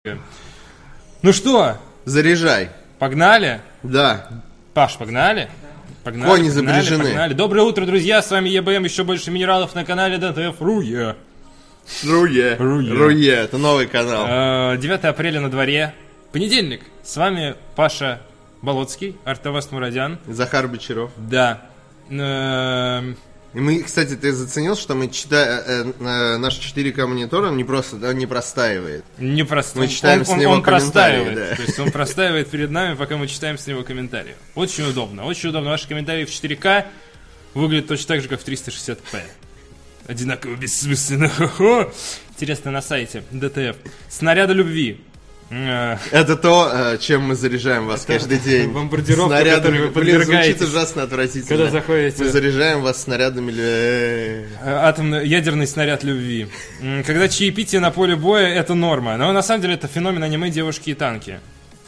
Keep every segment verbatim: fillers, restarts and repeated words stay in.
Ну что? Заряжай. Погнали? Да. Паш, погнали? Погнали, Кони погнали, запряжены. Погнали. Доброе утро, друзья, с вами ЕБМ, еще больше минералов на канале ДТФ Руе. Руе. Руе. Руе, это новый канал. девятое апреля на дворе. Понедельник. С вами Паша Болоцкий, Артавас Мурадян. Захар Бочаров. Да. Эм, И мы, кстати, ты заценил, что мы читаем э, э, наши четыре ка монитора, он не просто, он не простаивает. Не просто. Мы читаем он, с он, него он комментарии, простаивает. да. То есть он простаивает перед нами, пока мы читаем с него комментарии. Очень удобно. Очень удобно. Ваши комментарии в четыре ка выглядят точно так же, как в триста шестьдесят пэ. Одинаково бессмысленно. Хо-хо. Интересно, на сайте ДТФ. Снаряды любви. Это то, чем мы заряжаем вас каждый день. Бомбардировка, снарядами. которой вы Блин, подвергаетесь. звучит ужасно отвратительно. Когда заходите. Мы заряжаем вас снарядами. Атомный, ядерный снаряд любви. Когда чаепитие на поле боя, это норма. Но на самом деле это феномен аниме «Девушки и танки».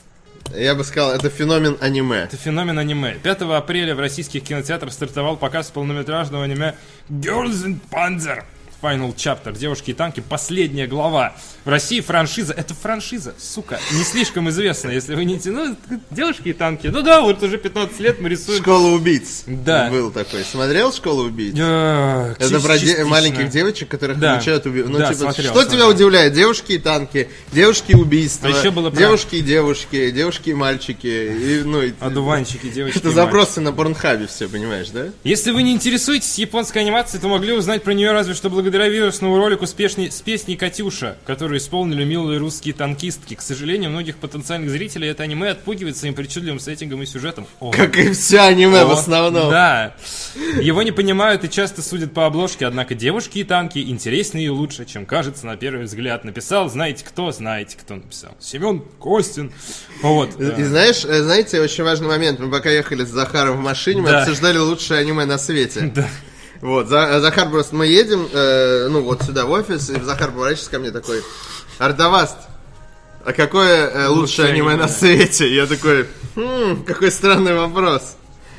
Я бы сказал, это феномен аниме. Это феномен аниме. пятого апреля в российских кинотеатрах стартовал показ полнометражного аниме Girls in Panzer Final Chapter. Девушки и танки. Последняя глава. В России франшиза. Это франшиза, сука, не слишком известна, если вы не... Ну, девушки и танки. Ну да, вот уже пятнадцать лет мы рисуем... Школа убийц. Да. Был такой. Смотрел «Школу убийц»? Я... Это про де- маленьких девочек, которых Да. обучают убивать. Ну, Да, типа, смотрел, что смотрел. тебя удивляет? Девушки и танки, девушки и убийства, А еще было про- девушки и девушки, девушки и мальчики. И, ну, и- Одуванчики, девочки. это и запросы на Порнхабе все, понимаешь, да? Если вы не интересуетесь японской анимацией, то могли узнать про нее разве что благодаря вирусному ролику с песней, с песней «Катюша», которую исполнили милые русские танкистки. К сожалению, многих потенциальных зрителей это аниме отпугивает своим причудливым сеттингом и сюжетом. О. Как и все аниме О, в основном. Да. Его не понимают и часто судят по обложке, однако девушки и танки интереснее и лучше, чем кажется на первый взгляд. Написал, знаете кто, знаете кто написал. Семен Костин. Вот. И, и знаешь, э, знаете, очень важный момент. Мы пока ехали с Захаром в машине, мы Да. обсуждали лучшее аниме на свете. Да. Вот, За- Захар просто, мы едем, э, ну вот сюда в офис, и Захар поворачивается ко мне такой: Ардаваст, а какое э, лучшее Лучшее аниме аниме. на свете? Я такой, хм, какой странный вопрос.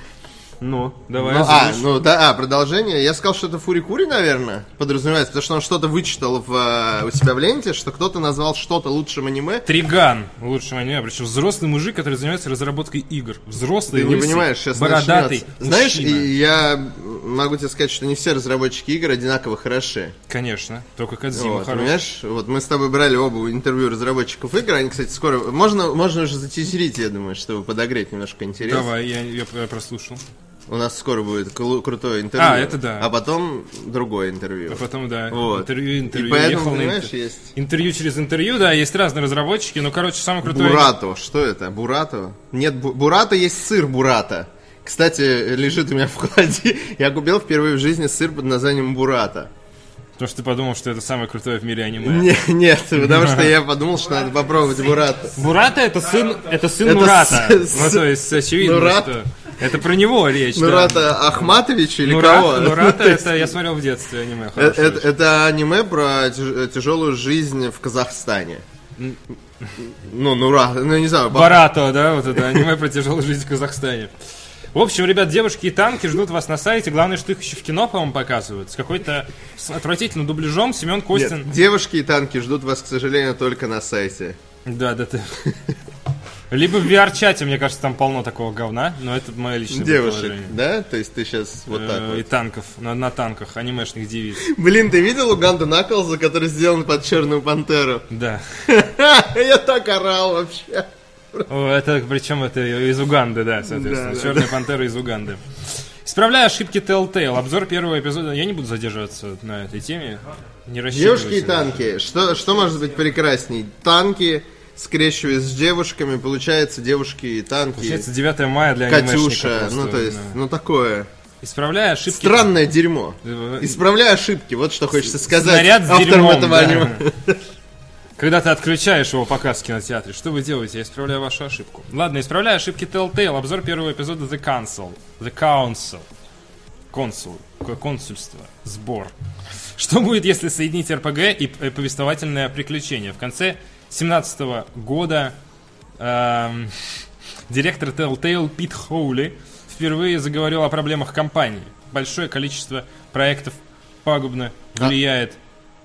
Ну, давай. Ну, а, озвучь. ну да, а, продолжение. Я сказал, что это Фурикури, наверное, подразумевается, потому что он что-то вычитал в, э, у себя в ленте, что кто-то назвал что-то лучшим аниме. Триган лучшего аниме, причем взрослый мужик, который занимается разработкой игр. Взрослый, Ты не лысый, понимаешь, сейчас бородатый начнется. Знаешь, мужчина. и я могу тебе сказать, что не все разработчики игр одинаково хороши. Конечно, только Кодзима Вот, хороший. понимаешь, вот мы с тобой брали оба интервью разработчиков игр, они, кстати, скоро... Можно, можно уже затизерить, я думаю, чтобы подогреть немножко интерес. Давай, я, я, я прослушал. У нас скоро будет кру- крутое интервью. А, это да. А потом другое интервью. А потом, да, Вот. интервью, интервью. И поэтому, ехал на понимаешь, интер- есть... Интервью через интервью, да, есть разные разработчики, но, короче, самый крутой... Бурато, что это? Бурато? Нет, бу- бурато есть сыр бурато. Кстати, лежит у меня в холоде. Я купил впервые в жизни сыр под названием бурато. Потому что ты подумал, что это самое крутое в мире аниме. Не, нет, потому что я подумал, что надо попробовать бурато. Бурата это сын, это сын Это Нурата. с- Ну, то есть, очевидно, Нурат? что... Это про него речь, да. Нурата Ахматович или Нурат- кого? Нурата это я смотрел в детстве аниме. Э, хорошее Это, это аниме про тяж- тяжелую жизнь в Казахстане. Ну, Нура, ну не знаю. Барато, да, вот это аниме про тяжелую жизнь в Казахстане. В общем, ребят, девушки и танки ждут вас на сайте. Главное, что их еще в кино, по-моему, показывают. С какой-то с отвратительным дубляжом. Семен Костин. Нет, девушки и танки ждут вас, к сожалению, только на сайте. Да, да, ты. Либо в ви ар-чате, мне кажется, там полно такого говна. Но это мое личное Девушек, предположение. да? То есть ты сейчас вот так Э, И вот. танков, на, на танках, анимешных девиц. Блин, ты видел Уганду Наклза, который сделан под Черную Пантеру? Да. Я так орал вообще. О, это, причем это из Уганды, да, соответственно. Да, да, Черная пантера из Уганды. Исправляя ошибки Telltale, обзор первого эпизода. Я не буду задерживаться на этой теме. Не рассчитывайте. Девушки и танки. Что, что может быть прекрасней? Танки, скрещиваясь с девушками, получается девушки и танки. Получается девятое мая для анимешника Катюша, просто, ну то есть, да. ну такое. Исправляя ошибки... Странное дерьмо. Э, Исправляй ошибки, вот что хочется сказать Снаряд с авторам дерьмом, этого да. аниме. Когда ты отключаешь его показ в кинотеатре, что вы делаете? Я исправляю вашу ошибку. Ладно, исправляя ошибки Telltale, обзор первого эпизода The Council. The Council. Консул. Какое консульство? Сбор. Что будет, если соединить эр пи джи и э, повествовательное приключение? В конце семнадцатого года эм, директор Telltale Пит Хоули впервые заговорил о проблемах компании. Большое количество проектов пагубно влияет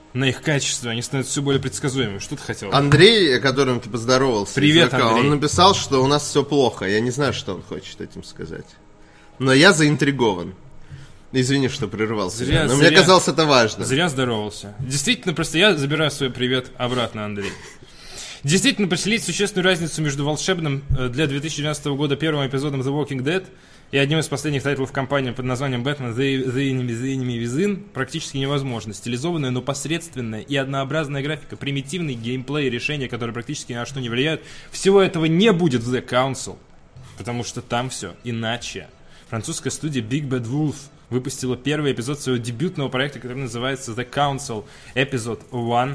на их качество, они становятся все более предсказуемыми. Что ты хотел? Андрей, которым ты поздоровался, Привет, Андрей. Андрей. Он написал, что у нас все плохо. Я не знаю, что он хочет этим сказать. Но я заинтригован. Извини, что прерывался. Зря, но зря, мне казалось, это важно. Зря здоровался. Действительно, просто я забираю свой привет обратно, Андрей. Действительно, поселить существенную разницу между волшебным для две тысячи двенадцатого года первым эпизодом The Walking Dead и одним из последних тайтлов компании под названием Batman The, The Enemy, The Enemy Within практически невозможно. Стилизованная, но посредственная и однообразная графика, примитивный геймплей и решения, которые практически ни на что не влияют, всего этого не будет в The Council, потому что там все иначе. Французская студия Big Bad Wolf выпустила первый эпизод своего дебютного проекта, который называется The Council Episode один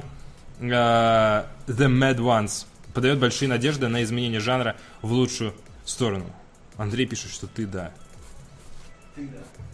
uh, The Mad Ones. Подает большие надежды на изменение жанра в лучшую сторону. Андрей пишет, что ты да. Ты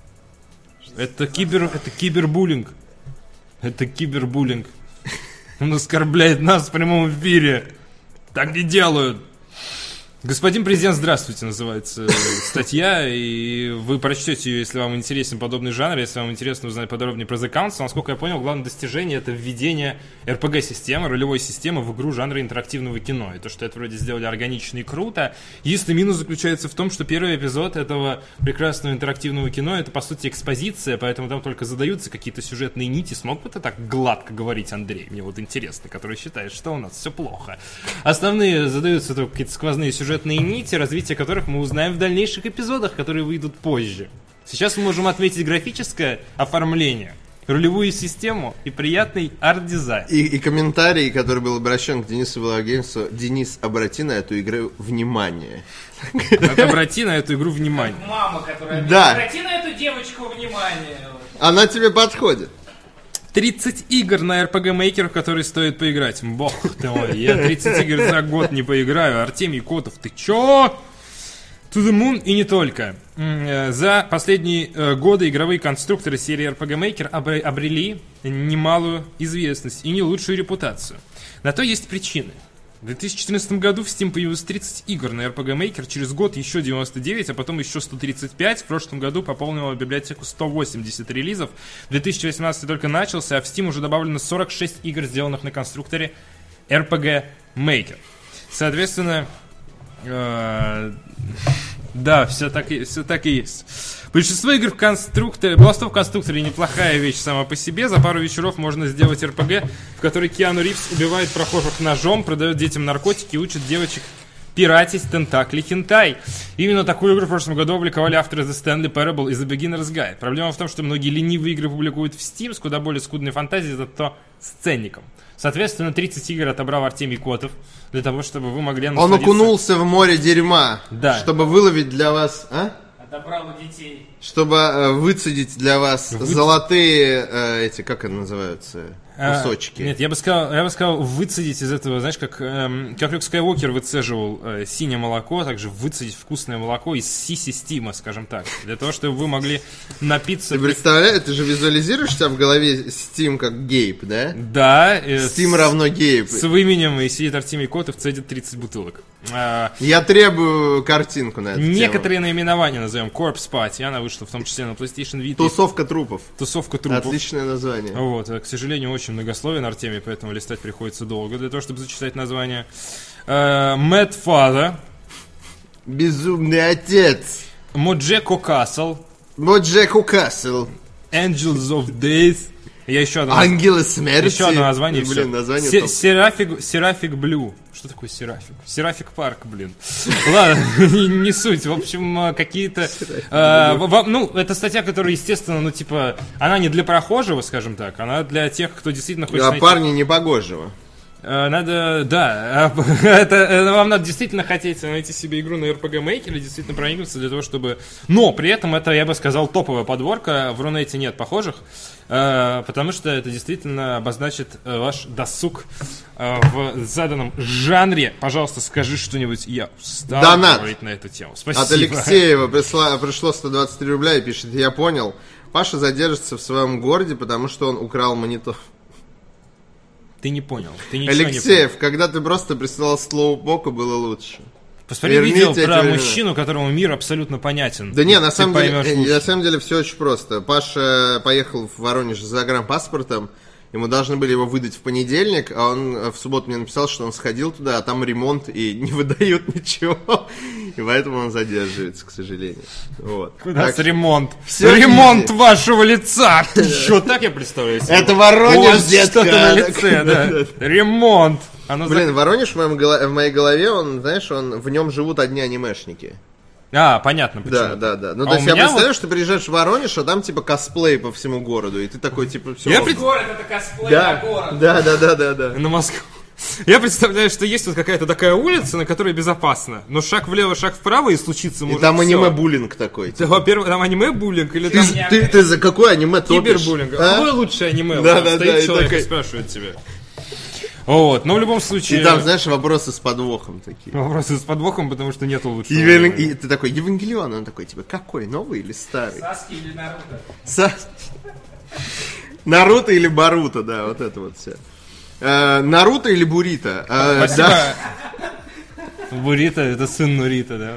да. Это кибер, это кибербуллинг. Это кибербуллинг. Он оскорбляет нас в прямом эфире. Так не делают. Господин президент, здравствуйте, называется статья, и вы прочтете ее, если вам интересен подобный жанр, если вам интересно узнать подробнее про The Council. Насколько я понял, главное достижение — это введение эр пи джи-системы, ролевой системы в игру жанра интерактивного кино. И то, что это вроде сделали органично и круто. Единственный минус заключается в том, что первый эпизод этого прекрасного интерактивного кино — это, по сути, экспозиция, поэтому там только задаются какие-то сюжетные нити. Смог бы ты так гладко говорить, Андрей? Мне вот интересно, который считает, что у нас все плохо. Основные задаются только какие-то сквозные сюжетные сюжетные нити, развитие которых мы узнаем в дальнейших эпизодах, которые выйдут позже. Сейчас мы можем отметить графическое оформление, рулевую систему и приятный арт-дизайн. И, и комментарий, который был обращен к Денису Вологенцу: Денис, обрати на эту игру внимание. Обрати на эту игру внимание. Мама, которая... Да. Обрати на эту девочку внимание. Она тебе подходит. тридцать игр на эр пи джи Maker, в которые стоит поиграть. Бог ты мой, я тридцать игр за год не поиграю. Артемий Котов, ты чё? To the Moon и не только. За последние годы игровые конструкторы серии эр пи джи Maker обрели немалую известность и не лучшую репутацию. На то есть причины. В две тысячи четырнадцатом году в Steam появилось тридцать игр на эр пи джи Maker, через год еще девяносто девять, а потом еще сто тридцать пять. В прошлом году пополнила библиотеку сто восемьдесят релизов. две тысячи восемнадцатый только начался, а в Steam уже добавлено сорок шесть игр, сделанных на конструкторе эр пи джи Maker. Соответственно, э- да, все так, и, все так и есть. Большинство игр в конструкторе, балластов в конструкторе неплохая вещь сама по себе. За пару вечеров можно сделать эр пи джи, в которой Киану Ривз убивает прохожих ножом, продает детям наркотики и учит девочек пиратить тентакли хентай. Именно такую игру в прошлом году опубликовали авторы The Stanley Parable и The Beginner's Guide. Проблема в том, что многие ленивые игры публикуют в Steam с куда более скудной фантазией, зато с ценником. Соответственно, тридцать игр отобрал Артемий Котов для того, чтобы вы могли насладиться... Он окунулся в море дерьма, да, чтобы выловить для вас... А? Отобрал у детей. Чтобы э, выцедить для вас Вы... золотые, э, эти, как они называются, кусочки. А, нет, я бы сказал, я бы сказал, выцедить из этого, знаешь, как, эм, как Люк Скайуокер выцеживал э, синее молоко, также выцедить вкусное молоко из си-системы, скажем так, для того, чтобы вы могли напиться... Ты представляешь, ты же визуализируешь себя в голове Steam как Гейб, да? Да. Э, Steam с, равно Гейб. С именем, и сидит Артемий Котов, цедит тридцать бутылок. А, я требую картинку на эту некоторые тему. наименования назовем. Corpse Party, она вышла в том числе на PlayStation Vita. Тусовка трупов. Тусовка трупов. Отличное название. Вот, к сожалению, очень многословен Артемий, поэтому листать приходится долго для того, чтобы зачитать название. Uh, Mad Father. Безумный отец. Моджеко Castle. Моджеко Castle. Angels of Death. Я еще одно, Ангелы смерти. Еще одно название. Блин, все. название Се- топ. Серафик, Серафик Блю. Что такое Серафик? Серафик Парк, блин. Ладно, не суть. В общем, какие-то... Ну, это статья, которая, естественно, ну, типа, она не для прохожего, скажем так, она для тех, кто действительно хочет А найти... парни непогожего. Надо, да, это, это вам надо действительно хотеть найти себе игру на эр пи джи Maker или действительно проникнуться для того, чтобы... Но при этом это, я бы сказал, топовая подборка, в Рунете нет похожих, потому что это действительно обозначит ваш досуг в заданном жанре. Пожалуйста, скажи что-нибудь, я устал Донат говорить на эту тему. Спасибо. От Алексеева присло, пришло сто двадцать три рубля и пишет: я понял, Паша задержится в своем городе, потому что он украл монитор. Ты не понял. Ты ничего Алексеев, не понял. когда ты просто прислал слоупока, было лучше. Посмотри видео про мужчину, которому мир абсолютно понятен. Да не, на самом, деле, на самом деле все очень просто. Паша поехал в Воронеж за загранпаспортом, Ему должны были его выдать в понедельник, а он в субботу мне написал, что он сходил туда, а там ремонт и не выдают ничего. И поэтому он задерживается, к сожалению. Вот. Куда Так с ремонт? всё Ремонт изи. вашего лица! Что, так я представляю себе? Это У Воронеж, вас детка. что-то на лице, да. Ремонт. Оно Блин, зак- Воронеж в, моем голо- в моей голове, он, знаешь, он, в нем живут одни анимешники. А, понятно, почему. Да, да, да. Ну, А то у есть я меня представляю, что ты приезжаешь в Воронеж, а там типа косплей по всему городу, и ты такой, типа, все. Я пред- Город это косплей Да, на город. да, да, да, да, да. На Москву. Я представляю, что есть вот какая-то такая улица, на которой безопасно. Но шаг влево, шаг вправо, и случится И может там всё. аниме-буллинг такой. Да, во-первых, там аниме-буллинг или Ты, там ты, ты за какое аниме топишь? кибербуллинг. а? Какое лучшее аниме? Да, Вот да, стоит да, и человек и такой- спрашивает тебя. Вот, но в любом случае... И там, знаешь, вопросы с подвохом такие. Вопросы с подвохом, потому что нету лучшего. Евангел- аниме. И ты такой, Евангелион, он такой, типа, какой, новый или старый? Саски или Наруто. Са- Наруто или Баруто, да, вот это вот все. Э, Наруто или Бурита? Э, Спасибо. да. Бурита, это сын Нурита, да?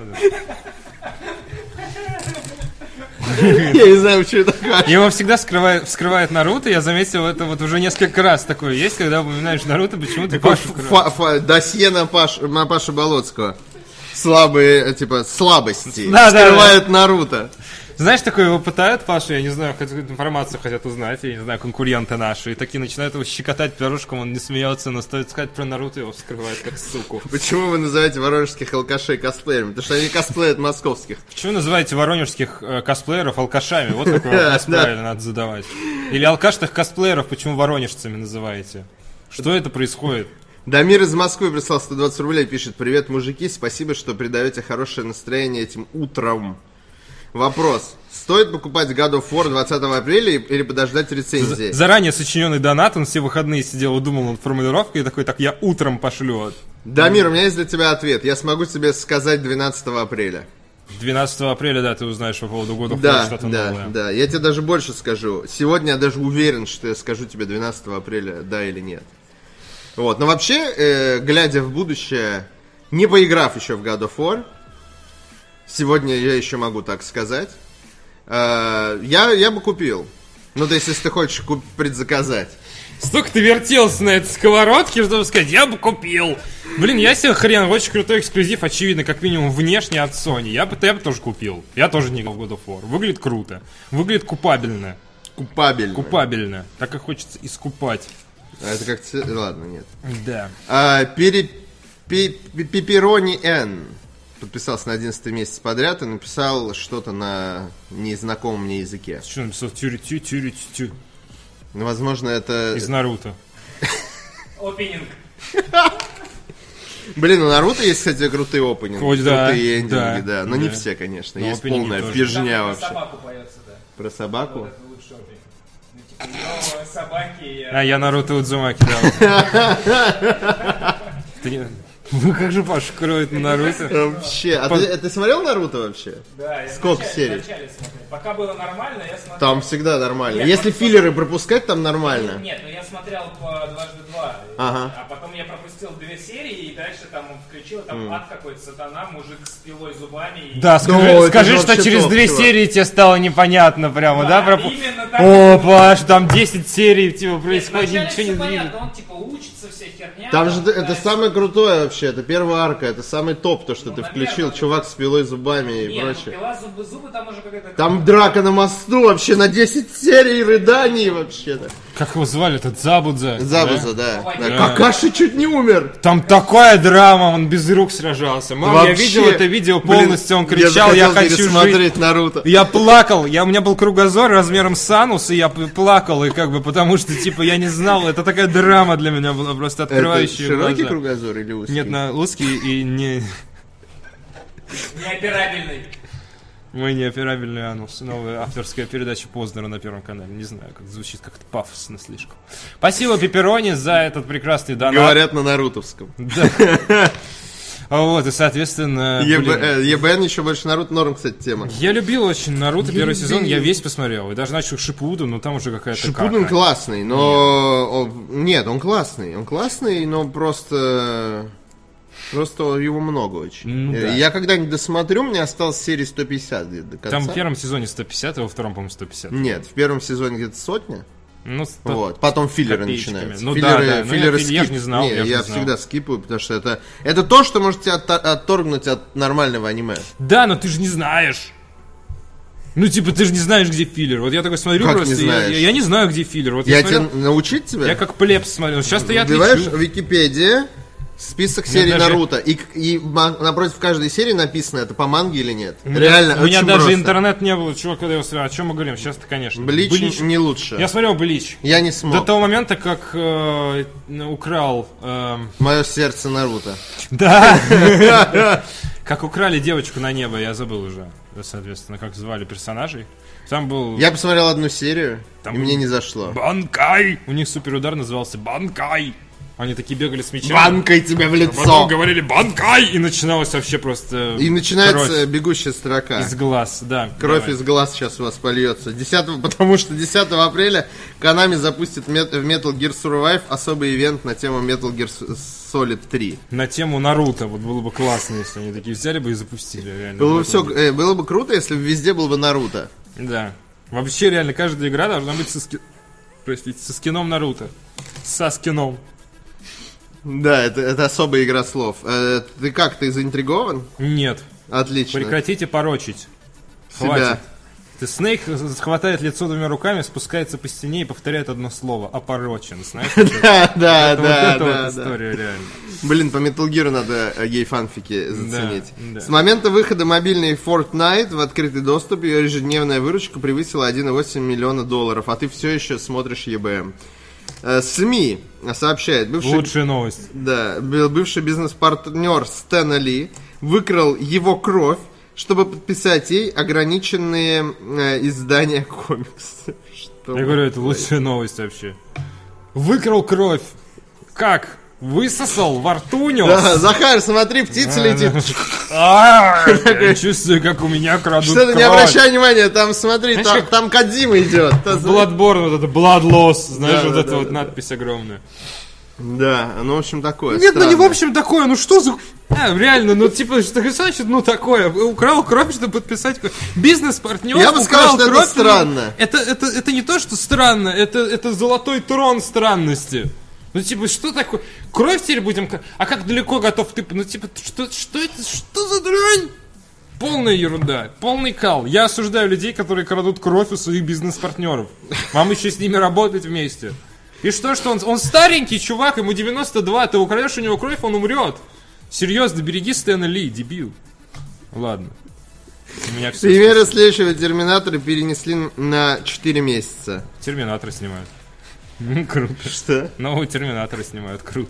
Я не знаю, что это такое. Его всегда скрывает, вскрывает Наруто, я заметил это вот уже несколько раз такое есть, когда упоминаешь Наруто, почему ты Пашу вскрываешь. Фа- фа- Досье на, Паш, на Пашу Болоцкого. Слабые, э, типа, слабости. Да, да, Скрывают Наруто. Знаешь, такое его пытают Пашу, я не знаю, какую информацию хотят узнать, я не знаю, конкуренты наши, и такие начинают его щекотать перышком, он не смеется, но стоит сказать про Наруто, его вскрывают как суку. Почему вы называете воронежских алкашей косплеерами? Потому что они косплеят московских. Почему называете воронежских э, косплееров алкашами? Вот такой вопрос Да. правильно надо задавать. Или алкашных косплееров почему воронежцами называете? Что это происходит? Дамир из Москвы прислал сто двадцать рублей, пишет: привет, мужики, спасибо, что придаете хорошее настроение этим утром. Вопрос. Стоит покупать God of War двадцатого апреля или подождать рецензии? Заранее сочиненный донат, он все выходные сидел и думал над формулировкой, и такой, так я утром пошлю. Дамир, у меня есть для тебя ответ. Я смогу тебе сказать двенадцатого апреля. двенадцатого апреля, да, ты узнаешь по поводу года Да, что-то да, новое. да. Я тебе даже больше скажу. Сегодня я даже уверен, что я скажу тебе двенадцатого апреля, да или нет. Вот. Но вообще, э, глядя в будущее, не поиграв еще в God of War, сегодня я еще могу так сказать, э, я, я бы купил. Ну, то есть, если ты хочешь куп- предзаказать. Столько ты вертелся на этой сковородке, чтобы сказать, я бы купил. Блин, я себе хрен, очень крутой эксклюзив, очевидно, как минимум внешне от Sony. Я бы, я бы тоже купил. Я тоже не играл в God of War. Выглядит круто. Выглядит купабельно. Купабельно. Купабельно. Так как хочется искупать. А это как... ц- Ладно, нет. Да. А, пере... пи- пи- Пепперони Н подписался на одиннадцатый месяц подряд и написал что-то на незнакомом мне языке. Что написал? Тюрю тю тюрю тю Ну, возможно, это... из Наруто. Опенинг. Блин, у Наруто есть, кстати, крутые опенинги, Ой, да, крутые эндинги, да, да. Но не да. все, конечно. Но Есть опенинги полная тоже. пижня Там про вообще. собаку поется, да. Про собаку? Вот это лучший опенинг. Ну, типа, йо, собаки, я... А я Наруто Удзумаки дал. Ты не- Ну как же Паша кроет на Наруто? Вообще. А ты, а ты смотрел Наруто вообще? Да, я Сколько вначале- серий? вначале смотрел. Пока было нормально, я смотрел. Там всегда нормально. Нет, Если вот- филлеры пропускать, там нормально. Нет, но я смотрел по дважды два. Ага. А потом я пропустил две серии, и дальше там он включил, там ад какой-то, сатана, мужик с пилой зубами. И... Да, Ну, скажи, это скажи же что вообще через топ, две чувак. серии тебе стало непонятно прямо, да? Да, про- именно так. О, Паш, там десять серий, типа, Нет, происходит, вначале ничего не всё движется. понятно, он типа учится, вся херня. Там же это дальше- самое крутое вообще, это первая арка, это самый топ, то, что Ну, ты наверное, включил, да. чувак с пилой зубами и Не, ну, прочее. пила зубы, зубы, там уже какая-то... Там драка на мосту вообще на десять серий рыданий вообще-то. Как его звали этот Забудза? Забуза, да. Ой, да. да. Какаши чуть не умер. Там такая драма, он без рук сражался. Мам, я Вообще. видел это видео Блин, полностью, он кричал, я, захотел хочу жить. пересмотреть Наруто. Я плакал, я, у меня был кругозор размером с анус, и я п- плакал, и как бы, потому что, типа, я не знал, это такая драма для меня была, просто Это открывающая широкий глаза. кругозор или узкий? Нет, на узкий и не... Неоперабельный. Мой неоперабельный анус. Новая авторская передача Познера на Первом канале. Не знаю, как звучит как-то пафосно слишком. Спасибо, Пепперони, за этот прекрасный донат. Говорят на нарутовском. Да. Вот, и, соответственно... ЕБ- блин, э, ЕБН еще больше Наруто, норм, кстати, тема. я любил очень Наруто, Я первый сезон, я любил. весь посмотрел. И даже начал Шипуду, но там уже какая-то Шипуден кака. классный, но... он- Нет, он классный. Он классный, но просто... Просто его много очень. Ну Э, да. Я когда-нибудь досмотрю, мне осталось серии сто пятьдесят где-то до конца. Там в первом сезоне сто пятьдесят, а во втором, по-моему, сто пятьдесят. Нет, в первом сезоне где-то сотня. Ну, Вот. Потом филлеры копеечками. начинаются. Ну филлеры, да, да. филлеры Ну, я, филь- я скип. ж не знал, Не, я ж я не знал. всегда скипаю, потому что это, это то, что может тебя отто- отторгнуть от нормального аниме. Да, но ты же не знаешь. Ну, типа, ты же не знаешь, где филлер. Вот я такой смотрю Как просто, не и я, знаешь? я, я не знаю, где филлер. Вот Я, я, смотрю, тебе научить тебя? я как плебс смотрю. Сейчас-то я Вбиваешь отличу. Википедия, список серий даже- Наруто, и, и ма- напротив каждой серии написано, это по манге или нет. У меня- Реально, У меня очень даже просто. интернет не было, чувак, когда я его смотрел. О чем мы говорим? Сейчас-то, конечно. Блич, не лучше. Я смотрел Блич. Я не смог. До того момента, как э, украл... эм, Мое сердце Наруто. Да! Как украли девочку на небо, я забыл уже, соответственно, как звали персонажей. Там был Я посмотрел одну серию, Там и был- мне не зашло. Банкай! У них суперудар назывался Банкай! Они такие бегали с мечами. Банкой тебе в а лицо! Потом говорили Банкай! И начиналось вообще просто... И начинается кровь бегущая строка. из глаз, да. Кровь давай. из глаз сейчас у вас польется. десятого, потому что десятого апреля Konami запустит мет- в Metal Gear Survive особый ивент на тему Metal Gear Solid три. На тему Наруто. Вот было бы классно, если они такие взяли бы и запустили. Реально. Было бы, Это все, бы- э, было бы круто, если бы везде был бы Наруто. Да. Вообще, реально, каждая игра должна быть со, ски... Простите, со скином Наруто. Со скином. Да, это, это особая игра слов. Э, ты как, ты заинтригован? Нет. Отлично. Прекратите порочить. Себя. Хватит. Ты Снейк хватает лицо двумя руками, спускается по стене и повторяет одно слово. Опорочен, знаешь? Да, да, Это вот да, эта да, вот да. история, реально. Блин, по Metal Gear надо э, гей-фанфики заценить. Да, да. С момента выхода мобильной Fortnite в открытый доступ ее ежедневная выручка превысила один и восемь миллиона долларов, а ты все еще смотришь и би эм. Э, СМИ сообщает, бывший, Лучшая новость. да, был бывший бизнес-партнер Стэна Ли выкрал его кровь, чтобы подписать ей ограниченные э, издания комиксов. Что Я говорю, это лучшая новость вообще. Выкрал кровь. Как? Высосал, во рту нес? Да, Захар, смотри, птица летит. А, Я чувствую, как у меня крадут Что ты не кровь. обращай внимания, там смотри, Знаешь, там, как- там Кодзима идет. Та- В Bloodborne вот это Blood Loss, знаешь, Да, вот да, эта да, вот да. надпись огромная. Да, ну в общем такое. Нет, ну не в странное. общем такое, ну что за... А, реально, ну типа, что значит, ну такое? Украл кровь, чтобы подписать... ко- Бизнес-партнер Я бы сказал, украл что это кровь, странно. Это, это, это не то, что странно, это, это золотой трон странности. Ну типа, что такое? Кровь теперь будем... ка- А как далеко готов ты... Ну типа, что, что это? Что за дрянь? Полная ерунда, полный кал. Я осуждаю людей, которые крадут кровь у своих бизнес-партнеров. Вам еще с ними работать вместе. И что, что он, он старенький чувак, ему девяносто два, ты украдешь у него кровь, он умрет. Серьезно, береги Стэна Ли, дебил. Ладно. У меня все. Премьеру следующего Терминатора перенесли на четыре месяца. Терминатор снимают. М, Круто. Что? Нового Терминатора снимают, круто.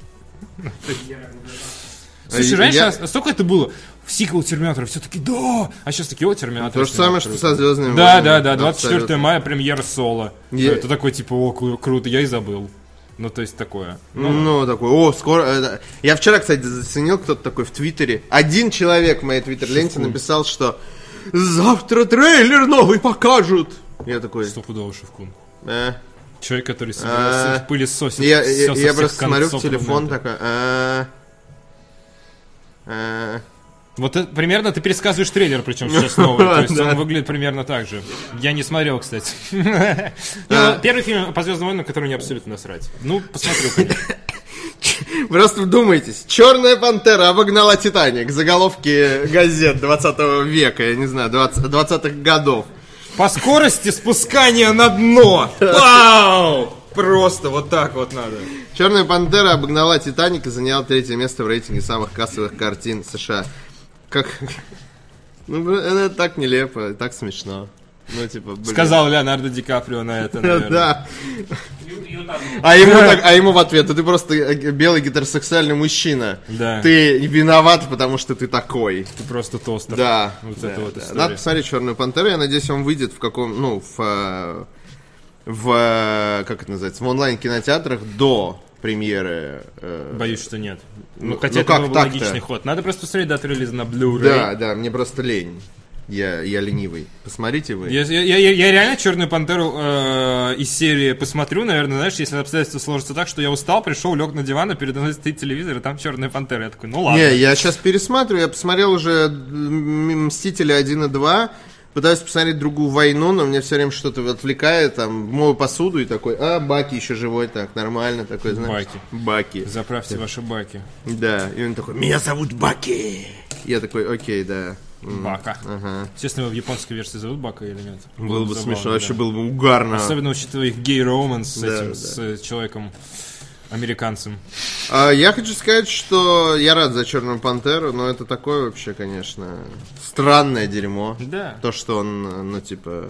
Слушай, А раньше я- нас- столько это было. В сиквел Терминатора все таки да! А сейчас такие, о, Терминатор. То же самое, что со Звездными Да, войнами. да, да, двадцать четвёртого Абсолютно. мая премьера Соло. Я- Это такой, типа, о, кру- круто, я и забыл. Ну, то есть такое. Ну, Ну, такой, о, скоро... это- Я вчера, кстати, заценил, кто-то такой в Твиттере. Один человек в моей Твиттер-ленте написал, что завтра трейлер новый покажут. Я такой... стопудово Шевкун. э. Человек, который А, собирался в пылесосить. Я, всё я, со я всех просто смотрю в концов телефон планеты. такой... э, э. Вот это, примерно ты пересказываешь трейлер, причем сейчас новый. То есть Да. он выглядит примерно так же. Я не смотрел, кстати. Не, ну, Первый фильм по Звездным войнам, который мне абсолютно насрать. Ну, посмотрю, конечно. Просто вдумайтесь. Черная пантера обогнала Титаник. Заголовки газет двадцатого века, я не знаю, двадцатых годов. По скорости спускания на дно. Вау! Просто вот так вот надо. Черная пантера обогнала Титаник и заняла третье место в рейтинге самых кассовых картин США. Как... Ну, блин, это так нелепо, так смешно. Ну, типа, блин. Сказал Леонардо Ди Каприо на это, наверное. Да. Ю- Ютанул. А ему, так, а ему в ответ, ты просто э, белый гетеросексуальный мужчина. Да. Ты виноват, потому что ты такой. Ты просто тостер. Да. Вот да, это вот да. история. Надо посмотреть Черную пантеру. Я надеюсь, он выйдет в каком, ну, в, э, в э, как это называется, в онлайн-кинотеатрах до премьеры. э, Боюсь, что нет. Ну, Ну, хотя ну это как был бы так-то? логичный ход. Надо просто посмотреть дату релиза на Blu-ray. Да, да, мне просто лень. Я, я ленивый. Посмотрите вы. Я, я, я, я реально Черную пантеру э, из серии посмотрю, наверное, знаешь, если обстоятельства сложатся так, что я устал, пришел, лег на диван, и передо мной стоит телевизор, и там Черная пантера. Я такой, ну ладно. Не, я сейчас пересматриваю, я посмотрел уже м, Мстители один и два. пытаюсь посмотреть другую войну, но меня все время что-то отвлекает, там, мою посуду и такой, а, Баки еще живой, так, нормально, такой, знаешь. Баки. Баки. Заправьте ваши баки. Да, и он такой, меня зовут Баки. Я такой, окей, да. Бака. Ага. Естественно, его в японской версии зовут Бака или нет? Было бы забавно, смешно, да. вообще было бы угарно. Особенно учитывая их гей-романс с Да, этим, да. с человеком американцем. А, я хочу сказать, что я рад за Черную Пантеру, но это такое вообще, конечно, странное дерьмо. Да. То, что он, ну, типа...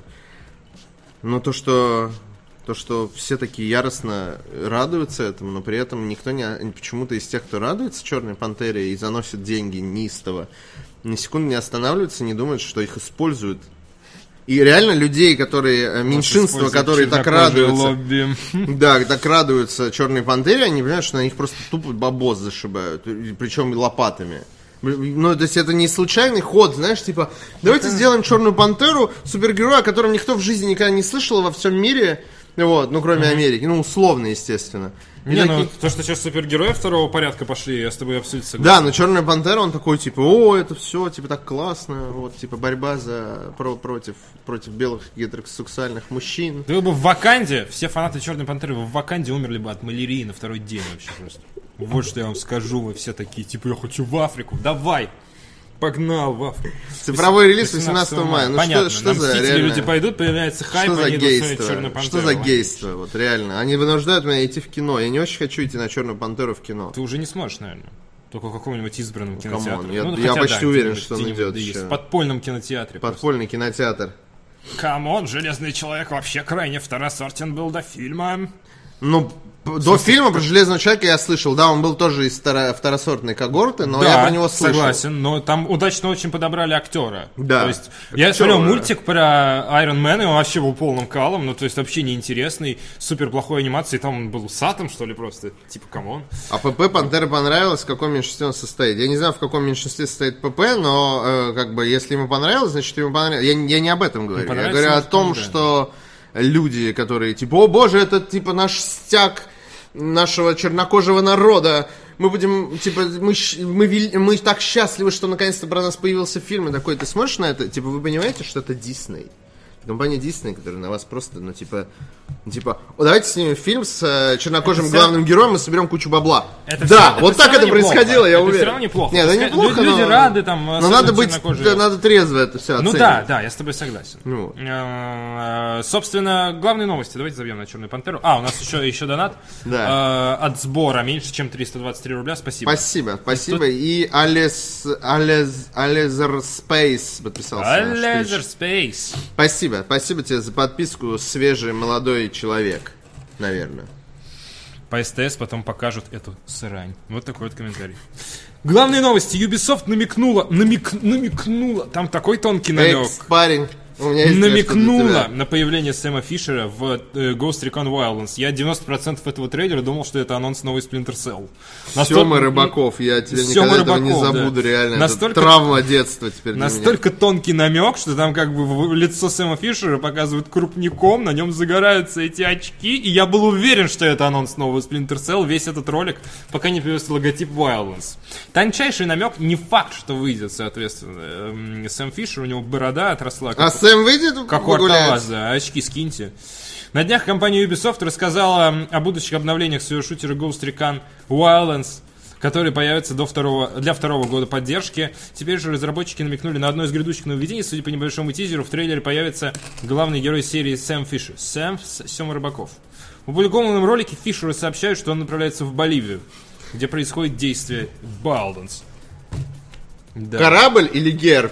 Ну, то, что... То, что все такие яростно радуются этому, но при этом никто не... Почему-то из тех, кто радуется Черной Пантере и заносит деньги неистово, ни секунды не останавливаются, не думают, что их используют. И реально людей, которые, меньшинство, которые так радуются, лобби. да, так радуются Черной Пантере, они понимают, что на них просто тупо бабос зашибают, причем лопатами. Ну, то есть это не случайный ход, знаешь, типа, давайте сделаем Черную Пантеру, супергероя, о котором никто в жизни никогда не слышал во всем мире, вот, ну, кроме Америки, ну, условно, естественно. И Не, такие... ну, то, что сейчас супергерои второго порядка пошли, я с тобой абсолютно согласен. Да, но Черная Пантера, он такой, типа, о, это все, типа, так классно, вот, типа, борьба за, про, против, против белых гетеросексуальных мужчин. Да вы бы в Ваканде, все фанаты Черной Пантеры в Ваканде умерли бы от малярии на второй день вообще просто. Вот что я вам скажу, вы все такие, типа, я хочу в Африку, давай, погнал в Африку. Цифровой релиз восемнадцатого мая. Ну, понятно, что, что на за Мстители реально... люди пойдут, появляется хайп, Что за они идут смотреть Черную гейство? Пантеру. Что за гейство? Вот реально. Они вынуждают меня идти в кино. Я не очень хочу идти на Черную Пантеру в кино. Ты уже не сможешь, наверное. Только в каком-нибудь избранном кинотеатре. камон, я- Ну, я хотя, почти да, уверен, где-нибудь- что он где-нибудь, идет да, еще. есть, в подпольном кинотеатре. Подпольный кинотеатр. Камон, Железный Человек вообще крайне второсортен был до фильма. Ну, п- до фильма про Железного Человека я слышал. Да, он был тоже из второ- второсортной когорты, но я про него слышал. согласен, но там удачно очень подобрали актера. Да. То есть, я Актера. смотрел мультик про Iron Man, и он вообще был полным калом, ну, то есть, вообще неинтересный, супер плохой анимации, там он был усатым, что ли, просто, типа, камон. А ПП Пантера понравилось, в каком меньшинстве он состоит? Я не знаю, в каком меньшинстве состоит ПП, но, э, как бы, если ему понравилось, значит, ему понравилось. Я, я не об этом говорю. Я понравится, говорю о может, том, да. что люди, которые, типа, о боже, это, типа, наш стяг нашего чернокожего народа. Мы будем, типа, мы, щ- мы, вел- мы так счастливы, что наконец-то про нас появился фильм. И такой, ты смотришь на это, типа, вы понимаете, что это Дисней? Компания Дисней, которая на вас просто, ну, типа, типа, «О, давайте снимем фильм с э, чернокожим Это главным героем и соберем кучу бабла». Это Да, всё- вот это так всё это равно происходило, неплохо. я Это уверен. всё равно неплохо. Нет, это Пускай- неплохо, люди но... рады, там, Но особенно надо быть, чернокожие. да, надо трезво это все Ну оценивать. да, да, я с тобой согласен. Ну. Э, Собственно, главные новости. Давайте забьем на Черную Пантеру. А, у нас еще, еще донат. Да. Э, От сбора меньше, чем триста двадцать три рубля. Спасибо. Спасибо, спасибо. И Алес, Алез, Алезер Спейс подписался. на Laser штучку. Space. Спасибо, спасибо тебе за подписку, свежий молодой человек, наверное. По СТС потом покажут эту срань. Вот такой вот комментарий. Главные новости. Ubisoft намекнула, намек, намекнула. Там такой тонкий намек. Экс, парень, у меня есть Намекнула кое-что для тебя. на появление Сэма Фишера в э, Ghost Recon Wildlands. Я девяносто процентов этого трейлера думал, что это анонс новой Splinter Cell. Сёма Рыбаков, я тебе Сёма никогда этого Рыбаков, не забуду, да. реально. Настолько- Это травма детства теперь для меня. Настолько тонкий намек, что там как бы в- лицо Сэма Фишера показывают крупником, на нем загораются эти очки, и я был уверен, что это анонс нового Splinter Cell, весь этот ролик, пока не появился логотип Wildlands. Тончайший намек, не факт, что выйдет, соответственно. Эм, Сэм Фишер, у него борода отросла. А Сэм выйдет Как у погулять? Артаваза, очки скиньте. На днях компания Ubisoft рассказала о будущих обновлениях своего шутера Ghost Recon Wildlands, который появится до второго, для второго года поддержки. Теперь же разработчики намекнули на одно из грядущих нововведений. Судя по небольшому тизеру, в трейлере появится главный герой серии Сэм Фишер. Сэм Сёма Рыбаков. В опубликованном ролике Фишеру сообщают, что он направляется в Боливию, где происходит действие Wildlands. Да. Корабль или герб?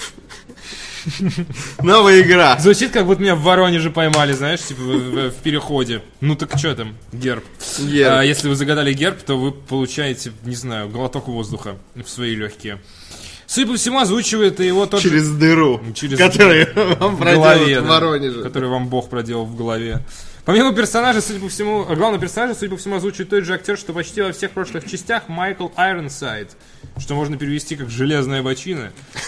Новая игра. Звучит, как будто меня в Воронеже поймали, знаешь, типа в, в- в переходе. Ну так что там, герб. Герб. А, если вы загадали герб, то вы получаете, не знаю, глоток воздуха в свои легкие. Судя по всему, озвучивает и его тот же- Через дыру, Через которую вам в голове, проделают в да, Воронеже. который вам Бог проделал в голове. Помимо персонажа, судя по всему, а главного персонажа, судя по всему, озвучивает тот же актер, что почти во всех прошлых частях, Майкл Айронсайд, что можно перевести как «железная бочина».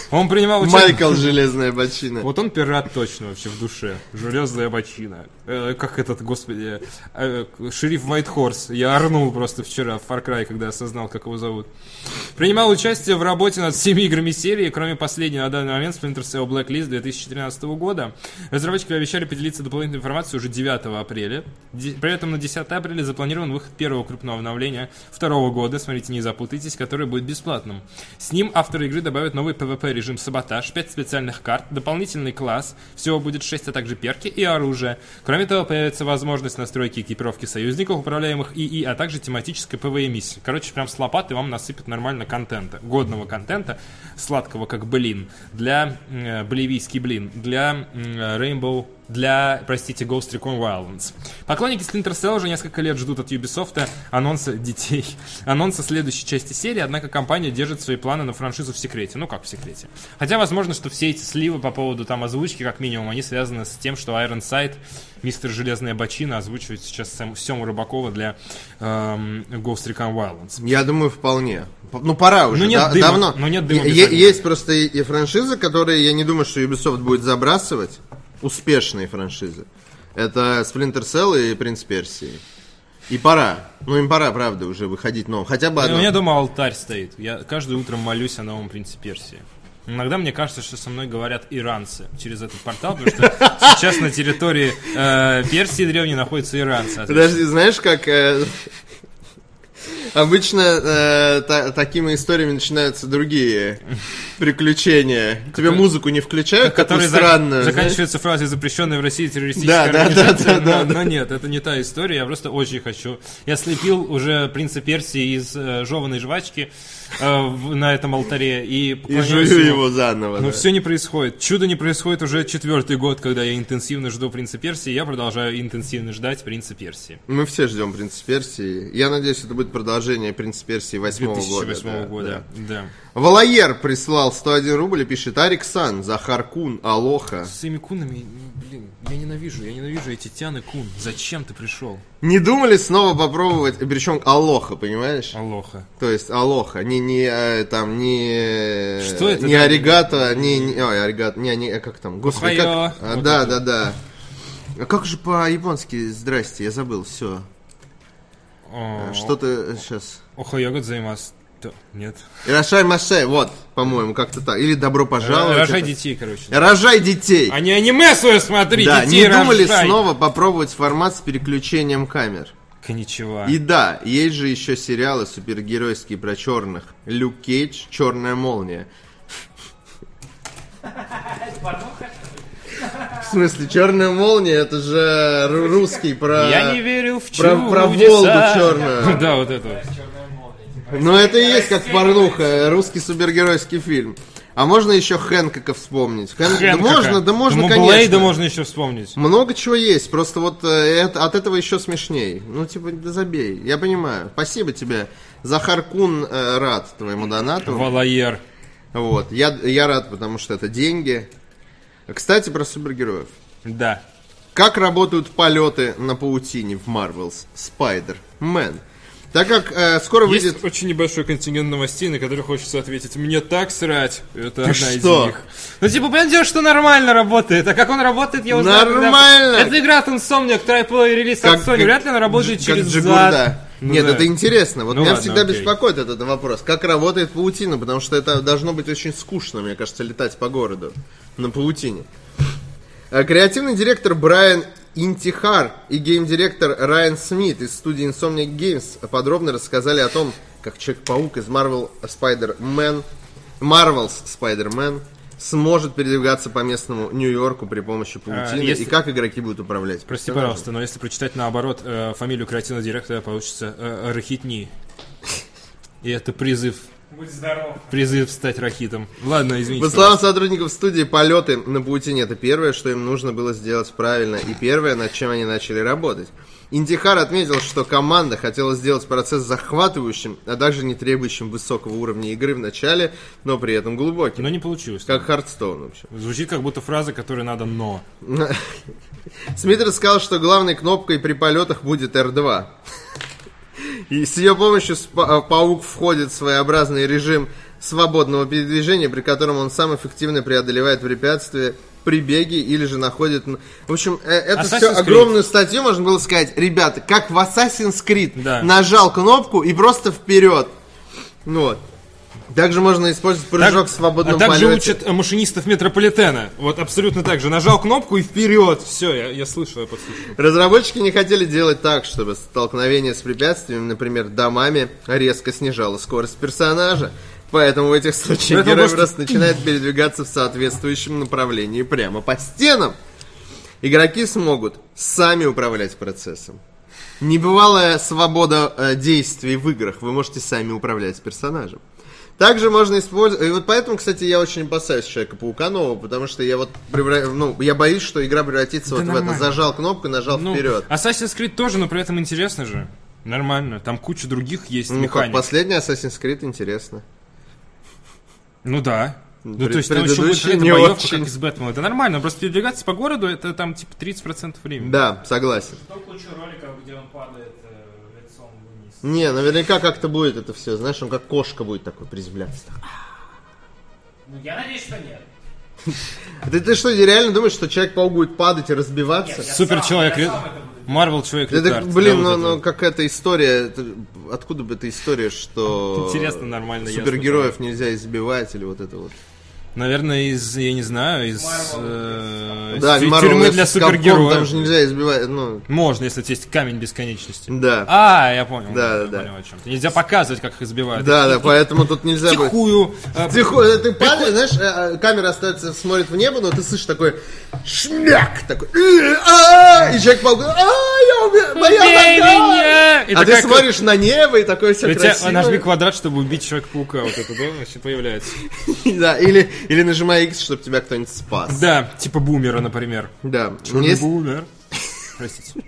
Он принимал участие... Майкл Железная бочина. Вот он пират точно вообще в душе. Железная бочина. Э, как этот, господи, э, шериф Уайтхорс. Я орнул просто вчера в Far Cry, когда осознал, как его зовут. Принимал участие в работе над всеми играми серии, кроме последней на данный момент Splinter Cell Blacklist две тысячи тринадцатого года. Разработчики обещали поделиться дополнительной информацией уже девятого апреля. Ди- при этом на десятого апреля запланирован выход первого крупного обновления второго года, смотрите, не запутайтесь, который будет бесплатным. С ним авторы игры добавят новый пи ви пи-режим Саботаж, пять специальных карт, дополнительный класс, всего будет шесть, а также перки и оружие. Кроме того, появится возможность настройки экипировки союзников, управляемых ИИ, а также тематической пи ви и-миссии. Короче, прям с лопаты вам насыпят нормально контента, годного контента, сладкого как блин, для э, боливийский блин, для э, Rainbow, для, простите, Ghost Recon Wildlands. Поклонники Splinter Cell уже несколько лет ждут от Ubisoft анонса детей, анонса следующей части серии, однако компания держит свои планы на франшизу в секрете. Ну как в секрете? Хотя возможно, что все эти сливы по поводу там озвучки, как минимум, они связаны с тем, что Ironside, мистер Железная Бочина, озвучивает сейчас Сему Рыбакова для эм, Ghost Recon Wildlands. Я думаю, вполне. Ну, пора уже. Ну, нет да, дыма. Давно. Ну, нет дыма. Е- есть просто и, и франшизы, которые я не думаю, что Ubisoft будет забрасывать. Успешные франшизы. Это Splinter Cell и Принц Персии. И пора. Ну, им пора, правда, уже выходить новым. Хотя бы одно. У меня дома алтарь стоит. Я каждое утро молюсь о новом Принце Персии. Иногда мне кажется, что со мной говорят иранцы через этот портал, потому что сейчас на территории э, Персии древней находятся иранцы. Подожди, знаешь, как... Э, обычно э, та, такими историями начинаются другие приключения. Тебе музыку не включают, которые странную, за, заканчиваются фразой «запрещенной в России Да, террористическая да, организация». да, да, но, да. но нет, это не та история, я просто очень хочу. Я слепил уже Принца Персии из э, жеваной жвачки э, в, на этом алтаре и И поклоняюсь жую ему. его заново. Но да. все не происходит. Чудо не происходит уже четвертый год, когда я интенсивно жду Принца Персии, я продолжаю интенсивно ждать Принца Персии. Мы все ждем Принца Персии. Я надеюсь, это будет продолжение Принца Персии восьмого две тысячи восьмого года. года, Да. да. Валаер прислал сто один рубль и пишет: Арик Сан, Захар Кун, Алоха. С этими кунами, блин, я ненавижу, я ненавижу эти Тяны Кун. Зачем ты пришел? Не думали снова попробовать, причем Алоха, понимаешь? Алоха. То есть Алоха, не, не э, там, не... Что это Не такое? аригато, не, не... Ой, аригато, не, не, как там? Господи, как... Охайо. А, Вот да, это. да, да. А как же по-японски «здрасте», я забыл, все. Что-то сейчас... Охайо годзаймас. Нет. Ирашай Маше, вот, по-моему, как-то так. Или добро пожаловать. Рожай это- детей, короче. Рожай детей. А не аниме свое смотри, Да, детей не думали рожай. снова попробовать формат с переключением камер? Ничего. И да, есть же еще сериалы супергеройские про черных. Люк Кейдж, Черная молния. В смысле, Черная молния, это же ру- русский про... Я не верю в про, чудеса. про Волгу черную. Да, вот это вот. Ну это и есть как порнуха, русский супергеройский фильм. А можно еще Хэнкока вспомнить? Хэн- Да Хэнкока. можно, да можно, Ну, конечно. Блейда можно еще вспомнить. Много чего есть, просто вот э, это- от этого еще смешней. Ну, типа, да забей. Я понимаю. Спасибо тебе. Захар Кун э, рад твоему донату. Валаер. Вот. Я, я рад, потому что это деньги. Кстати, про супергероев. Да. Как работают полеты на паутине в Marvel's Spider-Man? Так как э, скоро выйдет... Есть очень небольшой контингент новостей, на которые хочется ответить. Мне так срать. Это Ты одна что? из них. Ну, типа, понятное дело, что нормально работает. А как он работает, я узнал. когда- Нормально! Это игра от Insomniac, трайплей релиз от Sony. Вряд ли она работает как через Джигурда. зад. Ну Нет, да. это интересно. Вот Ну меня ладно, всегда окей. беспокоит этот вопрос. Как работает паутина, потому что это должно быть очень скучно, мне кажется, летать по городу на паутине. А Креативный директор Брайан Интихар и гейм-директор Райан Смит из студии Insomniac Games подробно рассказали о том, как Человек-паук из Marvel Spider-Man, Marvel's Spider-Man сможет передвигаться по местному Нью-Йорку при помощи паутины, А, если- и как игроки будут управлять. Прости, персонажем. пожалуйста, но если прочитать наоборот э, фамилию креативного директора, получится э, Рахитни. И это призыв. Будь здоров. Призыв стать рахитом. Ладно, извините. По словам сотрудников студии, полеты на паутине — это первое, что им нужно было сделать правильно, и первое, над чем они начали работать. Интихар отметил, что команда хотела сделать процесс захватывающим, а также не требующим высокого уровня игры в начале, но при этом глубоким. Но не получилось. Как Hearthstone, в общем. Звучит как будто фраза, которой надо «но». Смит рассказал, что главной кнопкой при полетах будет эр два. И с ее помощью спа- паук входит в своеобразный режим свободного передвижения, при котором он сам эффективно преодолевает препятствия при беге или же находит... В общем, э, это Assassin's все Creed. огромную статью можно было сказать. Ребята, как в Assassin's Creed. Да. Нажал кнопку и просто вперед. Вот. Также можно использовать прыжок в свободном а также полете. учат э, машинистов метрополитена. Вот абсолютно так же. Нажал кнопку и вперед. Все, я, я слышал, я подслушал. Разработчики не хотели делать так, чтобы столкновение с препятствиями, например, домами, резко снижало скорость персонажа. Поэтому в этих случаях Поэтому герой может- просто начинает передвигаться в соответствующем направлении прямо по стенам. Игроки смогут сами управлять процессом. Небывалая свобода э, действий в играх. Вы можете сами управлять персонажем. Также можно использовать... И вот поэтому, кстати, я очень опасаюсь Человека-паука нового, потому что я вот... превра- Ну, я боюсь, что игра превратится Да вот в нормально. это. Зажал кнопку, нажал Ну, вперед. Assassin's Creed тоже, но при этом интересно же. Нормально. Там куча других есть Ну, как механик. последний Assassin's Creed интересно. Ну да. Ну, Пред- то есть там еще будет предыдущий какая-то не боевка, очень. как из Бэтмена. Это нормально, просто передвигаться по городу, это там типа тридцать процентов времени. Да, согласен. Что кучу роликов, где он падает э, лицом вниз. Не, наверняка как-то будет это все. Знаешь, он как кошка будет такой приземляться. Ну, я надеюсь, что нет. Ты, ты что, реально думаешь, что Человек-паук будет падать и разбиваться? Нет, я Супер сам- человек, я сам это буду Марвел человек Это, ретард. блин, Да, ну, вот ну это. какая-то история. это- откуда бы эта история, что Интересно, нормально, ясно, супергероев нельзя избивать или вот это вот. Наверное, из, я не знаю, из, Marvel. э, из Да, тю- Marvel тюрьмы versus. для Capcom, супергероев. там же нельзя избивать, ну, Можно, если у тебя есть камень бесконечности. да. А, я понял. Да, я да, да. понял, о чем ты. Нельзя показывать, как их избивают. Да, да, поэтому тут нельзя будет. Тихую. э, Тихо, ты падаешь, знаешь, э, э, камера остается, смотрит в небо, но ты слышишь такой шмяк, такой, «Э, а!» и Человек-паук, а, я умер, моя Убей нога!» меня! И А ты такая- смотришь на небо, и такое все У тебя красивое. нажми квадрат, чтобы убить Человека-паука. Вот это, да, значит, появляется. Да, или, или нажимай X, чтобы тебя кто-нибудь спас. Да, типа бумера, например. Да. Черный Если, бумер. Простите.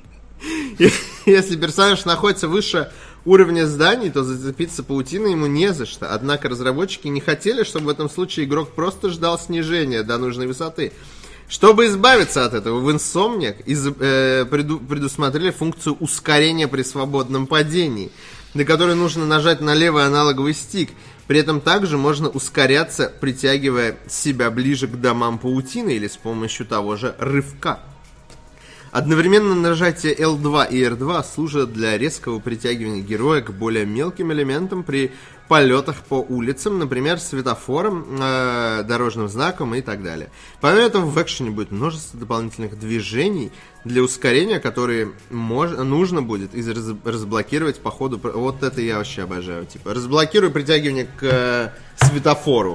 если персонаж находится выше уровня зданий, то зацепиться паутиной ему не за что. Однако разработчики не хотели, чтобы в этом случае игрок просто ждал снижения до нужной высоты. Чтобы избавиться от этого, в Insomniac из, э, преду- предусмотрели функцию ускорения при свободном падении, для которой нужно нажать на левый аналоговый стик. При этом также можно ускоряться, притягивая себя ближе к домам паутины или с помощью того же рывка. Одновременно нажатие эл два и эр два служат для резкого притягивания героя к более мелким элементам при полетах по улицам, например, светофорам, э, дорожным знакам и так далее. Помимо этого, в экшене будет множество дополнительных движений для ускорения, которые мож- нужно будет из- раз- разблокировать по ходу. пр- Вот это я вообще обожаю. Типа, разблокируй притягивание к э, светофору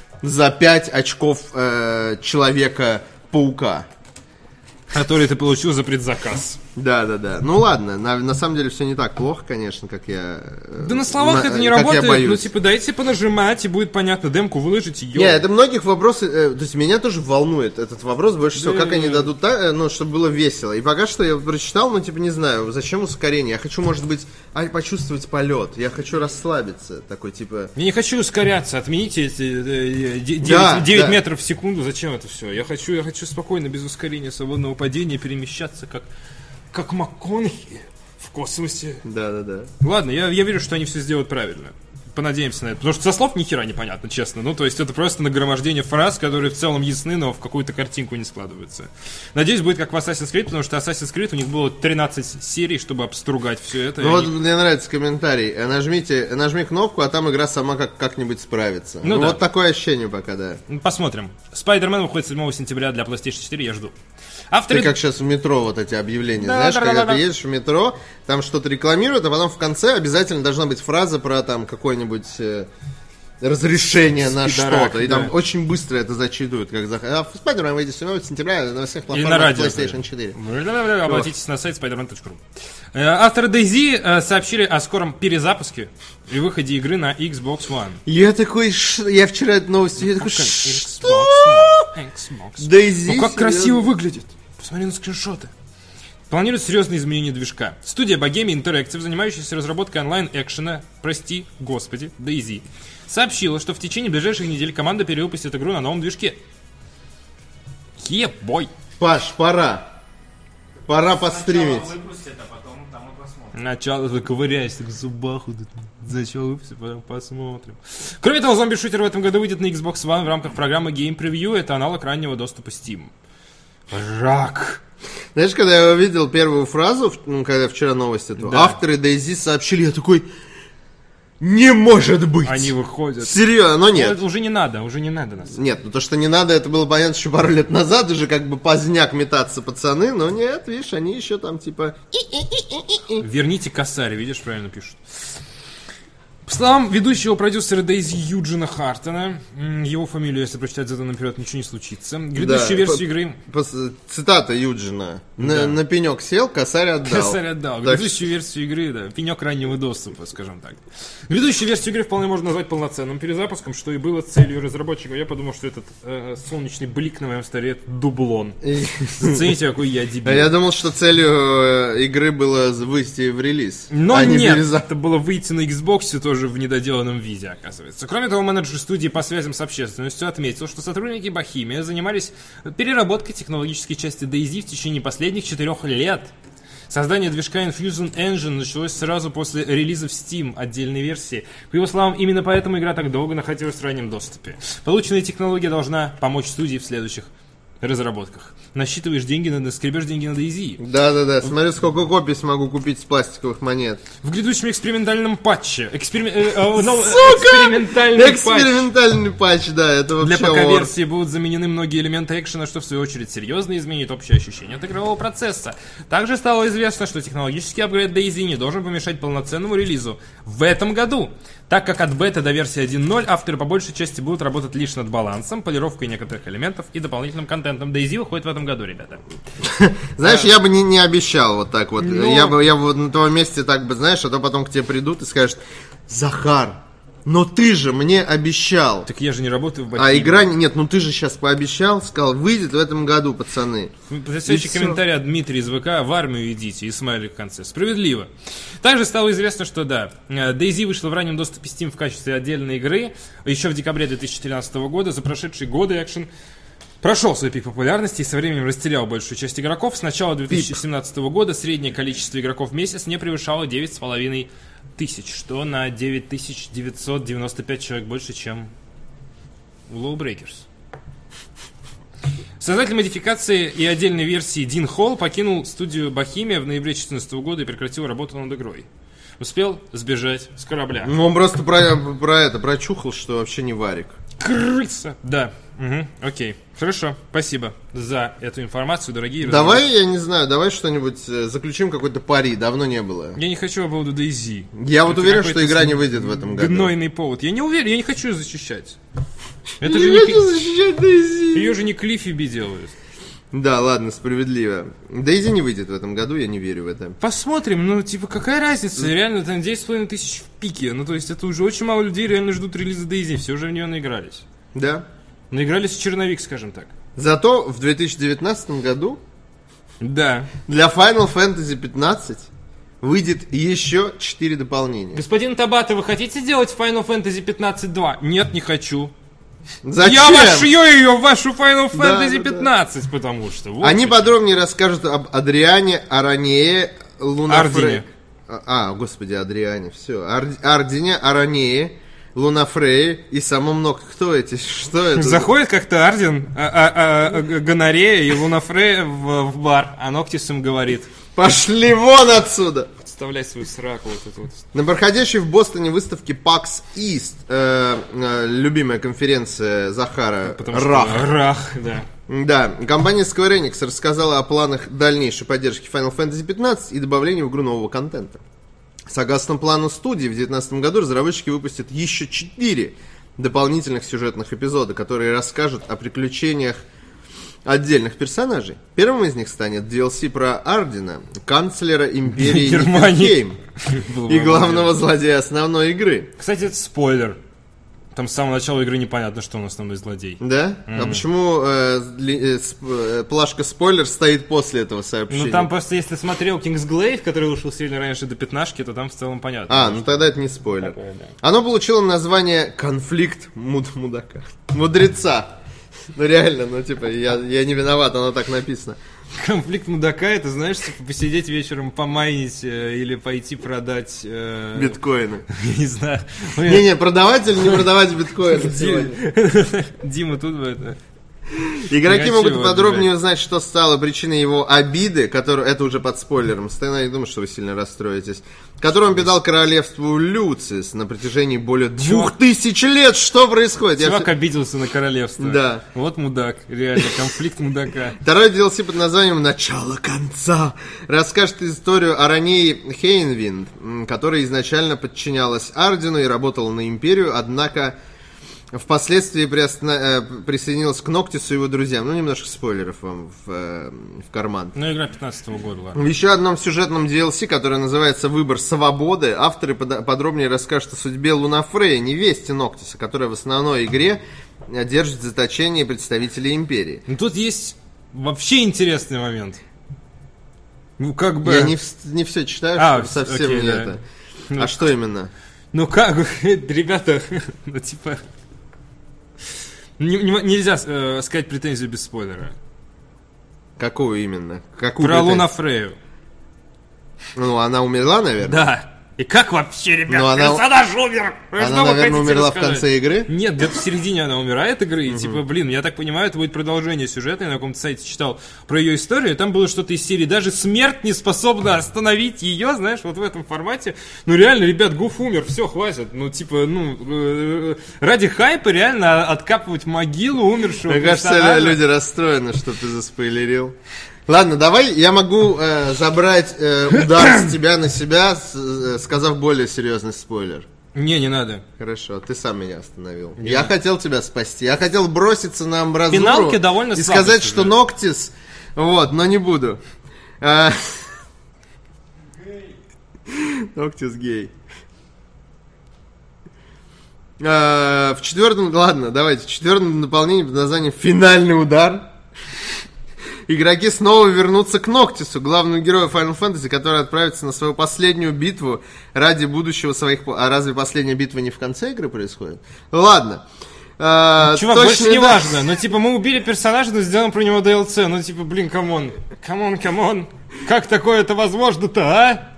за пять очков э, Человека-паука. Который ты получил за предзаказ. Да, да, да. Ну ладно, на, на самом деле все не так плохо, конечно, как я. э, Да на словах на- это не как я работает. боюсь. Ну, типа, дайте понажимать, и будет понятно. Демку выложите, йоу. Не, это многих вопросы, э, то есть меня тоже волнует этот вопрос больше всего, Да, как да, они да. дадут так, э, ну, чтобы было весело. И пока что я прочитал, ну, типа, не знаю, зачем ускорение. Я хочу, может быть, а, почувствовать полет. Я хочу расслабиться, такой, типа. Я не хочу ускоряться, отмените эти э, де- девять, Да, девять да. метров в секунду, зачем это все? Я хочу, я хочу спокойно, без ускорения, свободного падения, перемещаться, как, как МакКонахи в космосе. Да, да, да. Ладно, я, я верю, что они все сделают правильно. Понадеемся на это. Потому что со слов ни хера непонятно, честно. Ну, то есть это просто нагромождение фраз, которые в целом ясны, но в какую-то картинку не складываются. Надеюсь, будет как в Assassin's Creed, потому что Assassin's Creed у них было тринадцать серий, чтобы обстругать все это. Ну и вот они- мне нравится комментарий. Э, Нажмите, нажми кнопку, а там игра сама как, как-нибудь справится. Ну Ну, да. вот такое ощущение пока, да. Ну, посмотрим. Spider-Man выходит седьмого сентября для PlayStation четыре, я жду. Авторы... Ты как сейчас в метро вот эти объявления, Да, знаешь, да, да, когда да, ты да. едешь в метро, там что-то рекламируют, а потом в конце обязательно должна быть фраза про там какое-нибудь э, разрешение на Спидорак, что-то. И да. там очень быстро это зачитывают, как зах... А Spider-Man выйдет седьмого сентября на всех Или на платформах радио. PlayStation четыре. Обратитесь на сайт spiderman точка ru. Э, Авторы DayZ э, сообщили о скором перезапуске и выходе игры на Xbox One. Я такой, ш- я вчера эту новость, я такой, Xbox что? One. Xbox. DayZ? Ну как серьезно? красиво выглядит. Посмотри на скриншоты. Планируют серьезные изменения движка. Студия Bohemia Interactive, занимающаяся разработкой онлайн-экшена, прости, господи, DayZ, сообщила, что в течение ближайших недель команда перевыпустит игру на новом движке. Ебой. Паш, пора. Пора подстримить. Сначала выпустят, а потом там и посмотрим. Начало, вы ковыряешь так в зубах, вот это, зачем, все, потом посмотрим. Кроме того, зомби-шутер в этом году выйдет на Xbox One в рамках программы Game Preview, это аналог раннего доступа Steam. Рак. Знаешь, когда я увидел первую фразу, ну, когда вчера новость эту, Да. авторы DayZ сообщили, я такой, не может быть! Они выходят. Серьезно, но нет. Ну, уже не надо, уже не надо нас. Нет, ну то, что не надо, это было понятно еще пару лет назад, уже как бы поздняк метаться пацаны, но нет, видишь, они еще там типа... Верните косарь, видишь, правильно пишут. По словам ведущего продюсера DayZ Юджина Хартона, м, его фамилию, если прочитать задом наперед, ничего не случится. Грядущую Да, версию по- игры... Пос- Цитата Юджина. На, Да. на пенек сел, косарь отдал. Косарь отдал. Так Грядущую версию игры, да, пенек раннего доступа, скажем так. Грядущую версию игры вполне можно назвать полноценным перезапуском, что и было целью разработчиков. Я подумал, что этот э, солнечный блик на моем столе — это дублон. И- Зацените, какой я дебил. А я думал, что целью э, игры было выйти в релиз. Но а не нет, перезап- это было выйти на Xbox тоже в недоделанном виде, оказывается. Кроме того, менеджер студии по связям с общественностью отметил, что сотрудники Bohemia занимались переработкой технологической части DayZ в течение последних четырех лет. Создание движка Infusion Engine началось сразу после релиза в Steam отдельной версии. По его словам, именно поэтому игра так долго находилась в раннем доступе. Полученная технология должна помочь студии в следующих разработках. Насчитываешь деньги, на, скребешь деньги на DayZ. Да-да-да, смотри, сколько копий смогу купить с пластиковых монет. В грядущем экспериментальном патче. Эксперим- э, э, ну, экспериментальный патч. Экспериментальный патч, да, это вообще Для ор. ПК-версии будут заменены многие элементы экшена, что в свою очередь серьезно изменит общее ощущение от игрового процесса. Также стало известно, что технологический апгрейд DayZ не должен помешать полноценному релизу в этом году, так как от бета до версии один ноль авторы по большей части будут работать лишь над балансом, полировкой некоторых элементов и дополнительным контентом. DayZ выходит в этом году, ребята. Знаешь, я бы не, не обещал вот так вот. Ну- Я бы я бы вот на твоем месте так бы, знаешь, а то потом к тебе придут и скажут: Захар, но ты же мне обещал. Так я же не работаю в А Bohemia. игра... не- Нет, ну ты же сейчас пообещал, сказал, выйдет в этом году, пацаны. Следующий И всё. комментарий от Дмитрия из ВК: в армию идите, и смайлик в конце. Справедливо. Также стало известно, что да, DayZ вышла в раннем доступе Steam в качестве отдельной игры еще в декабре две тысячи тринадцатого года. За прошедшие годы экшен прошел свой пик популярности и со временем растерял большую часть игроков. С начала две тысячи семнадцатого года среднее количество игроков в месяц не превышало девять с половиной тысяч, что на девять тысяч девятьсот девяносто пять человек больше, чем в Lawbreakers. Создатель модификации и отдельной версии Дин Холл покинул студию Bohemia в ноябре две тысячи четырнадцатого года и прекратил работу над игрой. Успел сбежать с корабля. Ну он просто про, про это, прочухал, что вообще не варик. Крыса! Да. Угу. Окей. Хорошо. Спасибо за эту информацию, дорогие Давай, я не знаю, давай что-нибудь э, заключим, какой-то пари, давно не было. Я не хочу по поводу DayZ. Я вот Это уверен, какой-то что игра не выйдет в этом году. Гнойный повод. Я не уверен, я не хочу ее защищать. Это Я же не не... хочу защищать DayZ. Ее же не Клиффи Би делают. Да, ладно, справедливо. DayZ не выйдет в этом году, я не верю в это. Посмотрим, ну, типа, какая разница? Реально, там десять с половиной тысяч в пике. Ну, то есть, это уже очень мало людей реально ждут релиза DayZ. Все уже в нее наигрались. Да. Наигрались в черновик, скажем так. Зато в две тысячи девятнадцатом году Да. для Final Fantasy пятнадцать выйдет еще четыре дополнения. Господин Табата, вы хотите делать Final Fantasy пятнадцать два? Нет, не хочу. Зачем? Я вошью ее в вашу Final Да, Fantasy да, да. пятнадцать, потому что... вот Они почему. подробнее расскажут об Адриане, Аранее, Лунафре... Ардине. А, господи, Адриане, все. Ар... Ардине, Аранее, Лунафрее и самом много. Кто эти? Что это? Заходит как-то Ардин, а, а, а, Г- Гонорея и Лунафре в, в бар, а Ноктис им говорит: Пошли вон отсюда! вставляй свою сраку вот эту вот. На проходящей в Бостоне выставке PAX East, э, э, любимая конференция Захара, Потому что- Рах. Рах, да. Да, компания Square Enix рассказала о планах дальнейшей поддержки Final Fantasy пятнадцать и добавления в игру нового контента. Согласно плану студии, в две тысячи девятнадцатом году разработчики выпустят еще четыре дополнительных сюжетных эпизода, которые расскажут о приключениях отдельных персонажей. Первым из них станет ди эл си про Ардина, канцлера империи Германии. Нифлхейм и главного злодея основной игры. Кстати, это спойлер. Там с самого начала игры непонятно, что он основной злодей. Да? А почему э, ли- э, сп- э, плашка спойлер стоит после этого сообщения? Ну там просто, если смотрел Kingsglaive, который вышел сильно раньше до пятнашки, то там в целом понятно. А, ну тогда это не спойлер. Такое, да. Оно получило название «Конфликт муд- мудака». Мудреца. Ну реально, ну типа, я, я не виноват, оно так написано. Конфликт мудака, это, знаешь, типа посидеть вечером помайнить э, или пойти продать... Э, биткоины. Не знаю. Не-не, продавать или не продавать биткоины сегодня? Дима тут бы это... Игроки могут Красиво подробнее узнать, что стало причиной его обиды, которую, это уже под спойлером, Стэн, я не думаю, что вы сильно расстроитесь, которую он передал королевству Люциус на протяжении более двух тысяч лет. Что происходит? Чувак Я... обиделся на королевство. Да. Вот мудак, реально, конфликт мудака. Второй ди эл си под названием «Начало конца» расскажет историю о Ранее Хейнвинд, которая изначально подчинялась Ардену и работала на Империю, однако впоследствии приосна... присоединилась к Ноктису и его друзьям. Ну, немножко спойлеров вам в, в карман. Ну, игра пятнадцатого года, ладно. В еще одном сюжетном ди эл си, которое называется «Выбор свободы», авторы под... подробнее расскажут о судьбе Лунафрея, невесте Ноктиса, которая в основной игре держит в заточении представителей Империи. Ну, тут есть вообще интересный момент. Ну, как бы... Я не, в... не все читаю, а, совсем окей, не да. это. Ну, а что именно? Ну, как, ребята, ну, типа... Не, не, нельзя э, сказать претензию без спойлера. Какую именно? Какую Про претензию? Лунафрею. Ну, она умерла, наверное? Да. И как вообще, ребят, Но она- персонаж умер? Вы Она, что вы наверное, хотите умерла в рассказать? конце игры? Нет, где-то в середине она умирает игры, и типа, блин, я так понимаю, это будет продолжение сюжета, я на каком-то сайте читал про ее историю, и там было что-то из серии, даже смерть не способна остановить ее, знаешь, вот в этом формате. Ну реально, ребят, Гуф умер, все, хватит. Ну типа, ну, э, ради хайпа реально откапывать могилу умершего Мне кажется, персонажа. люди расстроены, что ты заспойлерил. Ладно, давай я могу э, забрать э, удар с тебя на себя, с- э, сказав более серьезный спойлер. Не, не надо. Хорошо, ты сам меня остановил. Не я надо. хотел тебя спасти. Я хотел броситься на амбразуру Финалки довольно и слабый сказать, сюжет. что Ноктис, вот, но не буду. А, Ноктис гей. А, В четвертом, ладно, давайте, в четвертом дополнении под названием «Финальный удар» игроки снова вернутся к Ноктису, главному герою Final Fantasy, который отправится на свою последнюю битву ради будущего своих... по- А разве последняя битва не в конце игры происходит? Ладно. А, Чувак, точно больше не да- важно. Ну, типа, мы убили персонажа, но сделаем про него ди эл си. Ну, типа, блин, камон. Камон, камон. Как такое-то возможно-то, а?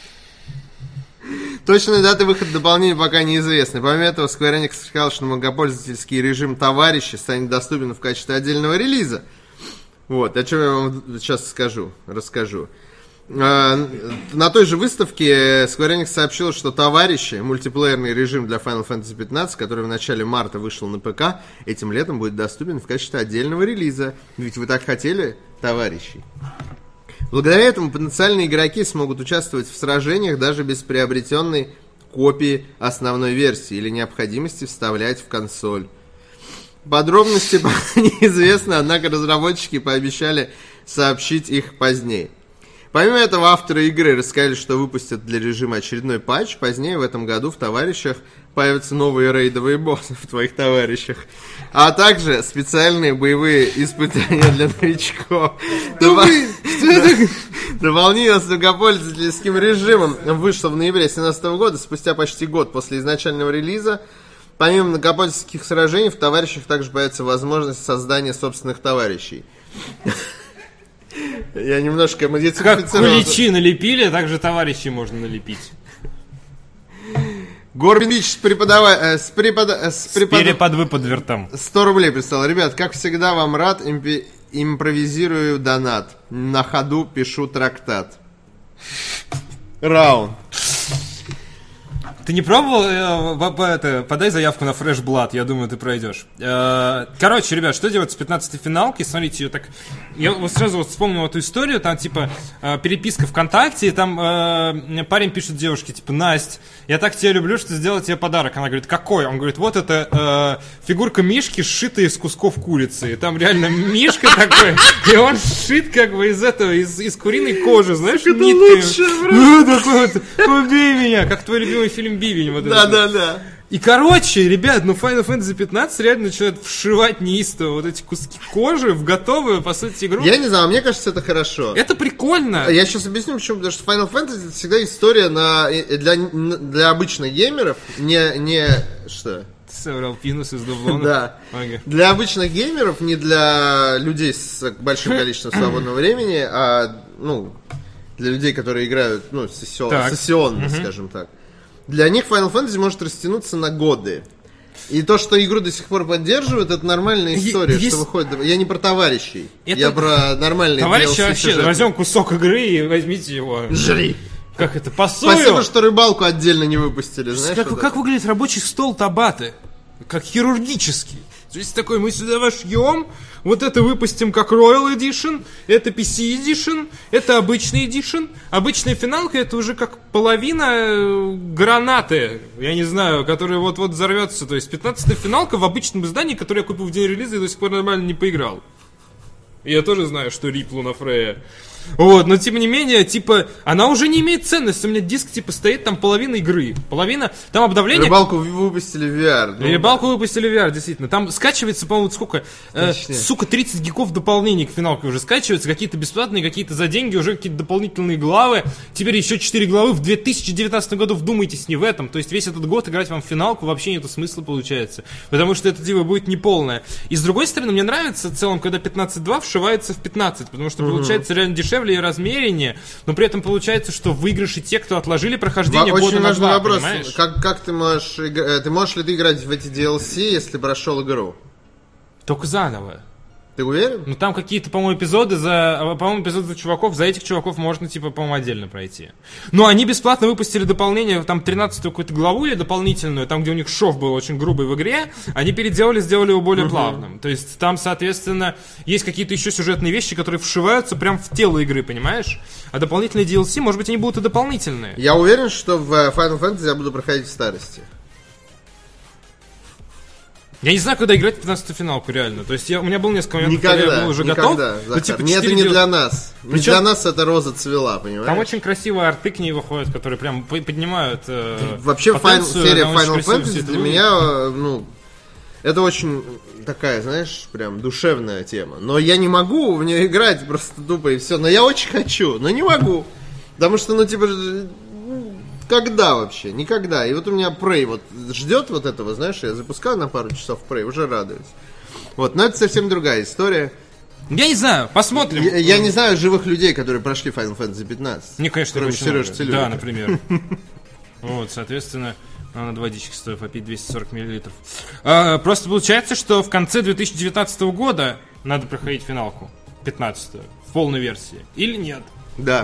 Точные даты выхода дополнения пока неизвестны. Помимо этого, Square Enix сказал, что многопользовательский режим «Товарищи» станет доступен в качестве отдельного релиза. Вот, о чем я вам сейчас скажу, расскажу. А, На той же выставке Square Enix сообщил, что «Товарищи», мультиплеерный режим для Final Fantasy пятнадцать, который в начале марта вышел на ПК, этим летом будет доступен в качестве отдельного релиза. Ведь вы так хотели, товарищи. Благодаря этому потенциальные игроки смогут участвовать в сражениях даже без приобретенной копии основной версии или необходимости вставлять в консоль. Подробности пока неизвестны, однако разработчики пообещали сообщить их позднее. Помимо этого, авторы игры рассказали, что выпустят для режима очередной патч. Позднее в этом году в «Товарищах» появятся новые рейдовые боссы в твоих «Товарищах», а также специальные боевые испытания для новичков. Дополнение с многопользовательским режимом вышло в ноябре две тысячи семнадцатого года, спустя почти год после изначального релиза. Помимо многопользовательских сражений, в «Товарищах» также появится возможность создания собственных товарищей. Я немножко Как модифицировал. куличи налепили, так же товарищей можно налепить. Горбич с преподава... с препода... с препод... Перепад выпад вертом. сто рублей прислал. Ребят, как всегда, вам рад. Импи... Импровизирую донат. На ходу пишу трактат. Раунд. Ты не пробовал? э, в- в- это, подай заявку на Fresh Blood, я думаю, ты пройдешь. Э, Короче, ребят, что делать с пятнадцатой финалкой? Смотрите, ее так... Я вот сразу вот вспомнил эту историю, там, типа, э, переписка ВКонтакте, и там э, парень пишет девушке, типа, Насть, я так тебя люблю, что сделал тебе подарок. Она говорит, какой? Он говорит, вот это э, фигурка Мишки, сшитая из кусков курицы. И там реально Мишка такой, и он сшит как бы из этого, из, из куриной кожи, знаешь, нитками. Ну, такой вот, убей меня, как твой любимый фильм «Бивень». Вот Да, этот. да, да. И, короче, ребят, ну Final Fantasy пятнадцать реально начинает вшивать неистово вот эти куски кожи в готовую, по сути, игру. Я не знаю, мне кажется, это хорошо. Это прикольно. Я сейчас объясню, почему. Потому что Final Fantasy это всегда история на, для, для обычных геймеров. Не, не... Что? Собрал пинус из дублона. Да. Ага. Для обычных геймеров, не для людей с большим количеством свободного времени, а, ну, для людей, которые играют, ну, сессион, Так. сессионно, Мгм. скажем так. Для них Final Fantasy может растянуться на годы. И то, что игру до сих пор поддерживают, это нормальная Е- история, есть- что выходит... Я не про товарищей, Это- я про нормальные Товарищи, ди эл си вообще, сюжеты. возьмем кусок игры и возьмите его. Жри! Как это, пасую? Спасибо, что рыбалку отдельно не выпустили, знаешь? Как, вот как это? выглядит рабочий стол Табаты? Как хирургический. То есть такой, мы сюда вошьем, вот это выпустим как Royal Edition, это пи си Edition, это обычный Edition. Обычная финалка это уже как половина э, гранаты, я не знаю, которая вот-вот взорвется. То есть пятнадцатая финалка в обычном издании, которое я купил в день релиза и до сих пор нормально не поиграл. И я тоже знаю, что Рип Луна Фрея. Вот, но тем не менее, типа, она уже не имеет ценности. У меня диск, типа, стоит там половина игры. Половина, там обновление... Рыбалку в- выпустили в ви ар. ну, Рыбалку выпустили в ви ар, действительно. Там скачивается, по-моему, сколько? Э, Точнее. сука, тридцать гигов дополнений к финалке уже скачиваются. Какие-то бесплатные, какие-то за деньги, уже какие-то дополнительные главы. Теперь еще четыре главы в две тысячи девятнадцатом году. Вдумайтесь не в этом. То есть весь этот год играть вам в финалку вообще нету смысла получается. Потому что это, типа, будет неполное. И с другой стороны, мне нравится в целом, когда пятнадцать два вшивается в пятнадцать. Потому что получается реально дешевле и размереннее. Но при этом получается, что в выигрыше те, кто отложили прохождение Во- года Очень на важный два, вопрос. понимаешь? Как, как ты можешь игра- э, ты можешь ли ты играть в эти ди эл си, если прошел игру? Только заново. Ты уверен? Ну там какие-то, по-моему, эпизоды за. По-моему, эпизоды за чуваков. За этих чуваков можно, типа, по-моему, отдельно пройти. Но они бесплатно выпустили дополнение, там, тринадцатую какую-то главу или дополнительную, там, где у них шов был очень грубый в игре, они переделали, сделали его более плавным. То есть там, соответственно, есть какие-то еще сюжетные вещи, которые вшиваются прям в тело игры, понимаешь? А дополнительные ди эл си, может быть, они будут и дополнительные. Я уверен, что в э, Final Fantasy я буду проходить в старости. Я не знаю, когда играть в пятнадцатую финалку, реально. То есть я, у меня был несколько моментов, когда Никогда, я был уже никогда, готов. Захар. но, типа, Нет, это четыре не ди эл си для нас. Не Причем- для нас эта роза цвела, понимаешь? Там очень красивые арты к ней выходят, которые прям по- поднимают э, Вообще Файн- потенцию серия на очень Final красивую Fantasy для ситуацию. меня, э, ну, это очень такая, знаешь, прям душевная тема. Но я не могу в нее играть просто тупо и все. Но я очень хочу, но не могу. Потому что, ну, типа, ж- ну, когда вообще? Никогда. И вот у меня Prey вот ждет вот этого, знаешь, я запускаю на пару часов Prey, уже радуюсь. Вот, но это совсем другая история. Я не знаю, посмотрим. Я, я не знаю живых людей, которые прошли Final Fantasy пятнадцать. Мне, конечно, кроме очень Сережи много. Целюрика. Да, например. Вот, соответственно, она два дички стоит попить двести сорок миллилитров. А, просто получается, что в конце две тысячи девятнадцатого года надо проходить финалку. пятнадцатую. В полной версии. Или нет? Да.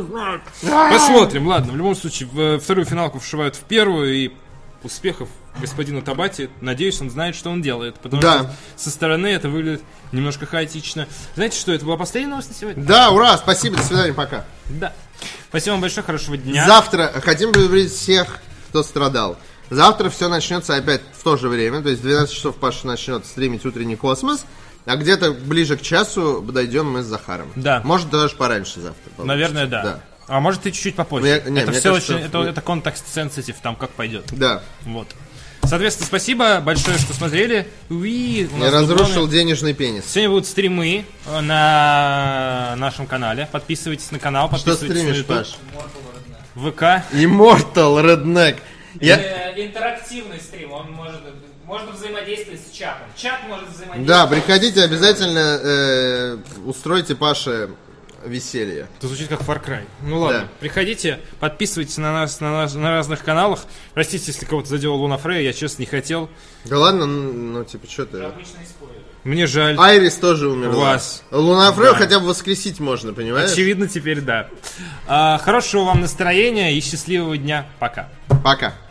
Посмотрим, ладно. В любом случае, в- вторую финалку вшивают в первую, и успехов господину Табати. Надеюсь, он знает, что он делает. Потому Да. что со стороны это выглядит немножко хаотично. Знаете что, это была последняя новость на сегодня? Да, ура, спасибо, до свидания, пока. Да. Спасибо вам большое, хорошего дня. Завтра хотим предупредить всех, кто страдал. Завтра все начнется опять в то же время, то есть в двенадцать часов Паша начнет стримить утренний космос, а где-то ближе к часу подойдем мы с Захаром. Да. Может, даже пораньше завтра. получится. Наверное, да. А может и чуть-чуть попозже. Мне- не, это мне все кажется, очень, это, мы- это контекст-сенситив, там как пойдет. Да. Вот. Соответственно, спасибо большое, что смотрели. Уи, у Я нас разрушил дублоны. денежный пенис. Сегодня будут стримы э, на нашем канале. Подписывайтесь на канал, Что подписывайтесь стримишь, на YouTube. Паш? ВК. Immortal Redneck. Я... Э, Интерактивный стрим, он может, можно взаимодействовать с чатом. Чат может взаимодействовать. Да, приходите обязательно, э, устройте Паше веселье. Это звучит как Far Cry. Ну ладно, Да. приходите, подписывайтесь на нас на, нас на разных каналах. Простите, если кого-то задел Луна Фрея, я честно не хотел. Да ладно, ну, ну, типа, что ты... Обычный спойлер. Мне жаль. Айрис тоже умерла. Вас. Лунафрею Да. хотя бы воскресить можно, понимаешь? Очевидно, теперь да. А, хорошего вам настроения и счастливого дня. Пока. Пока.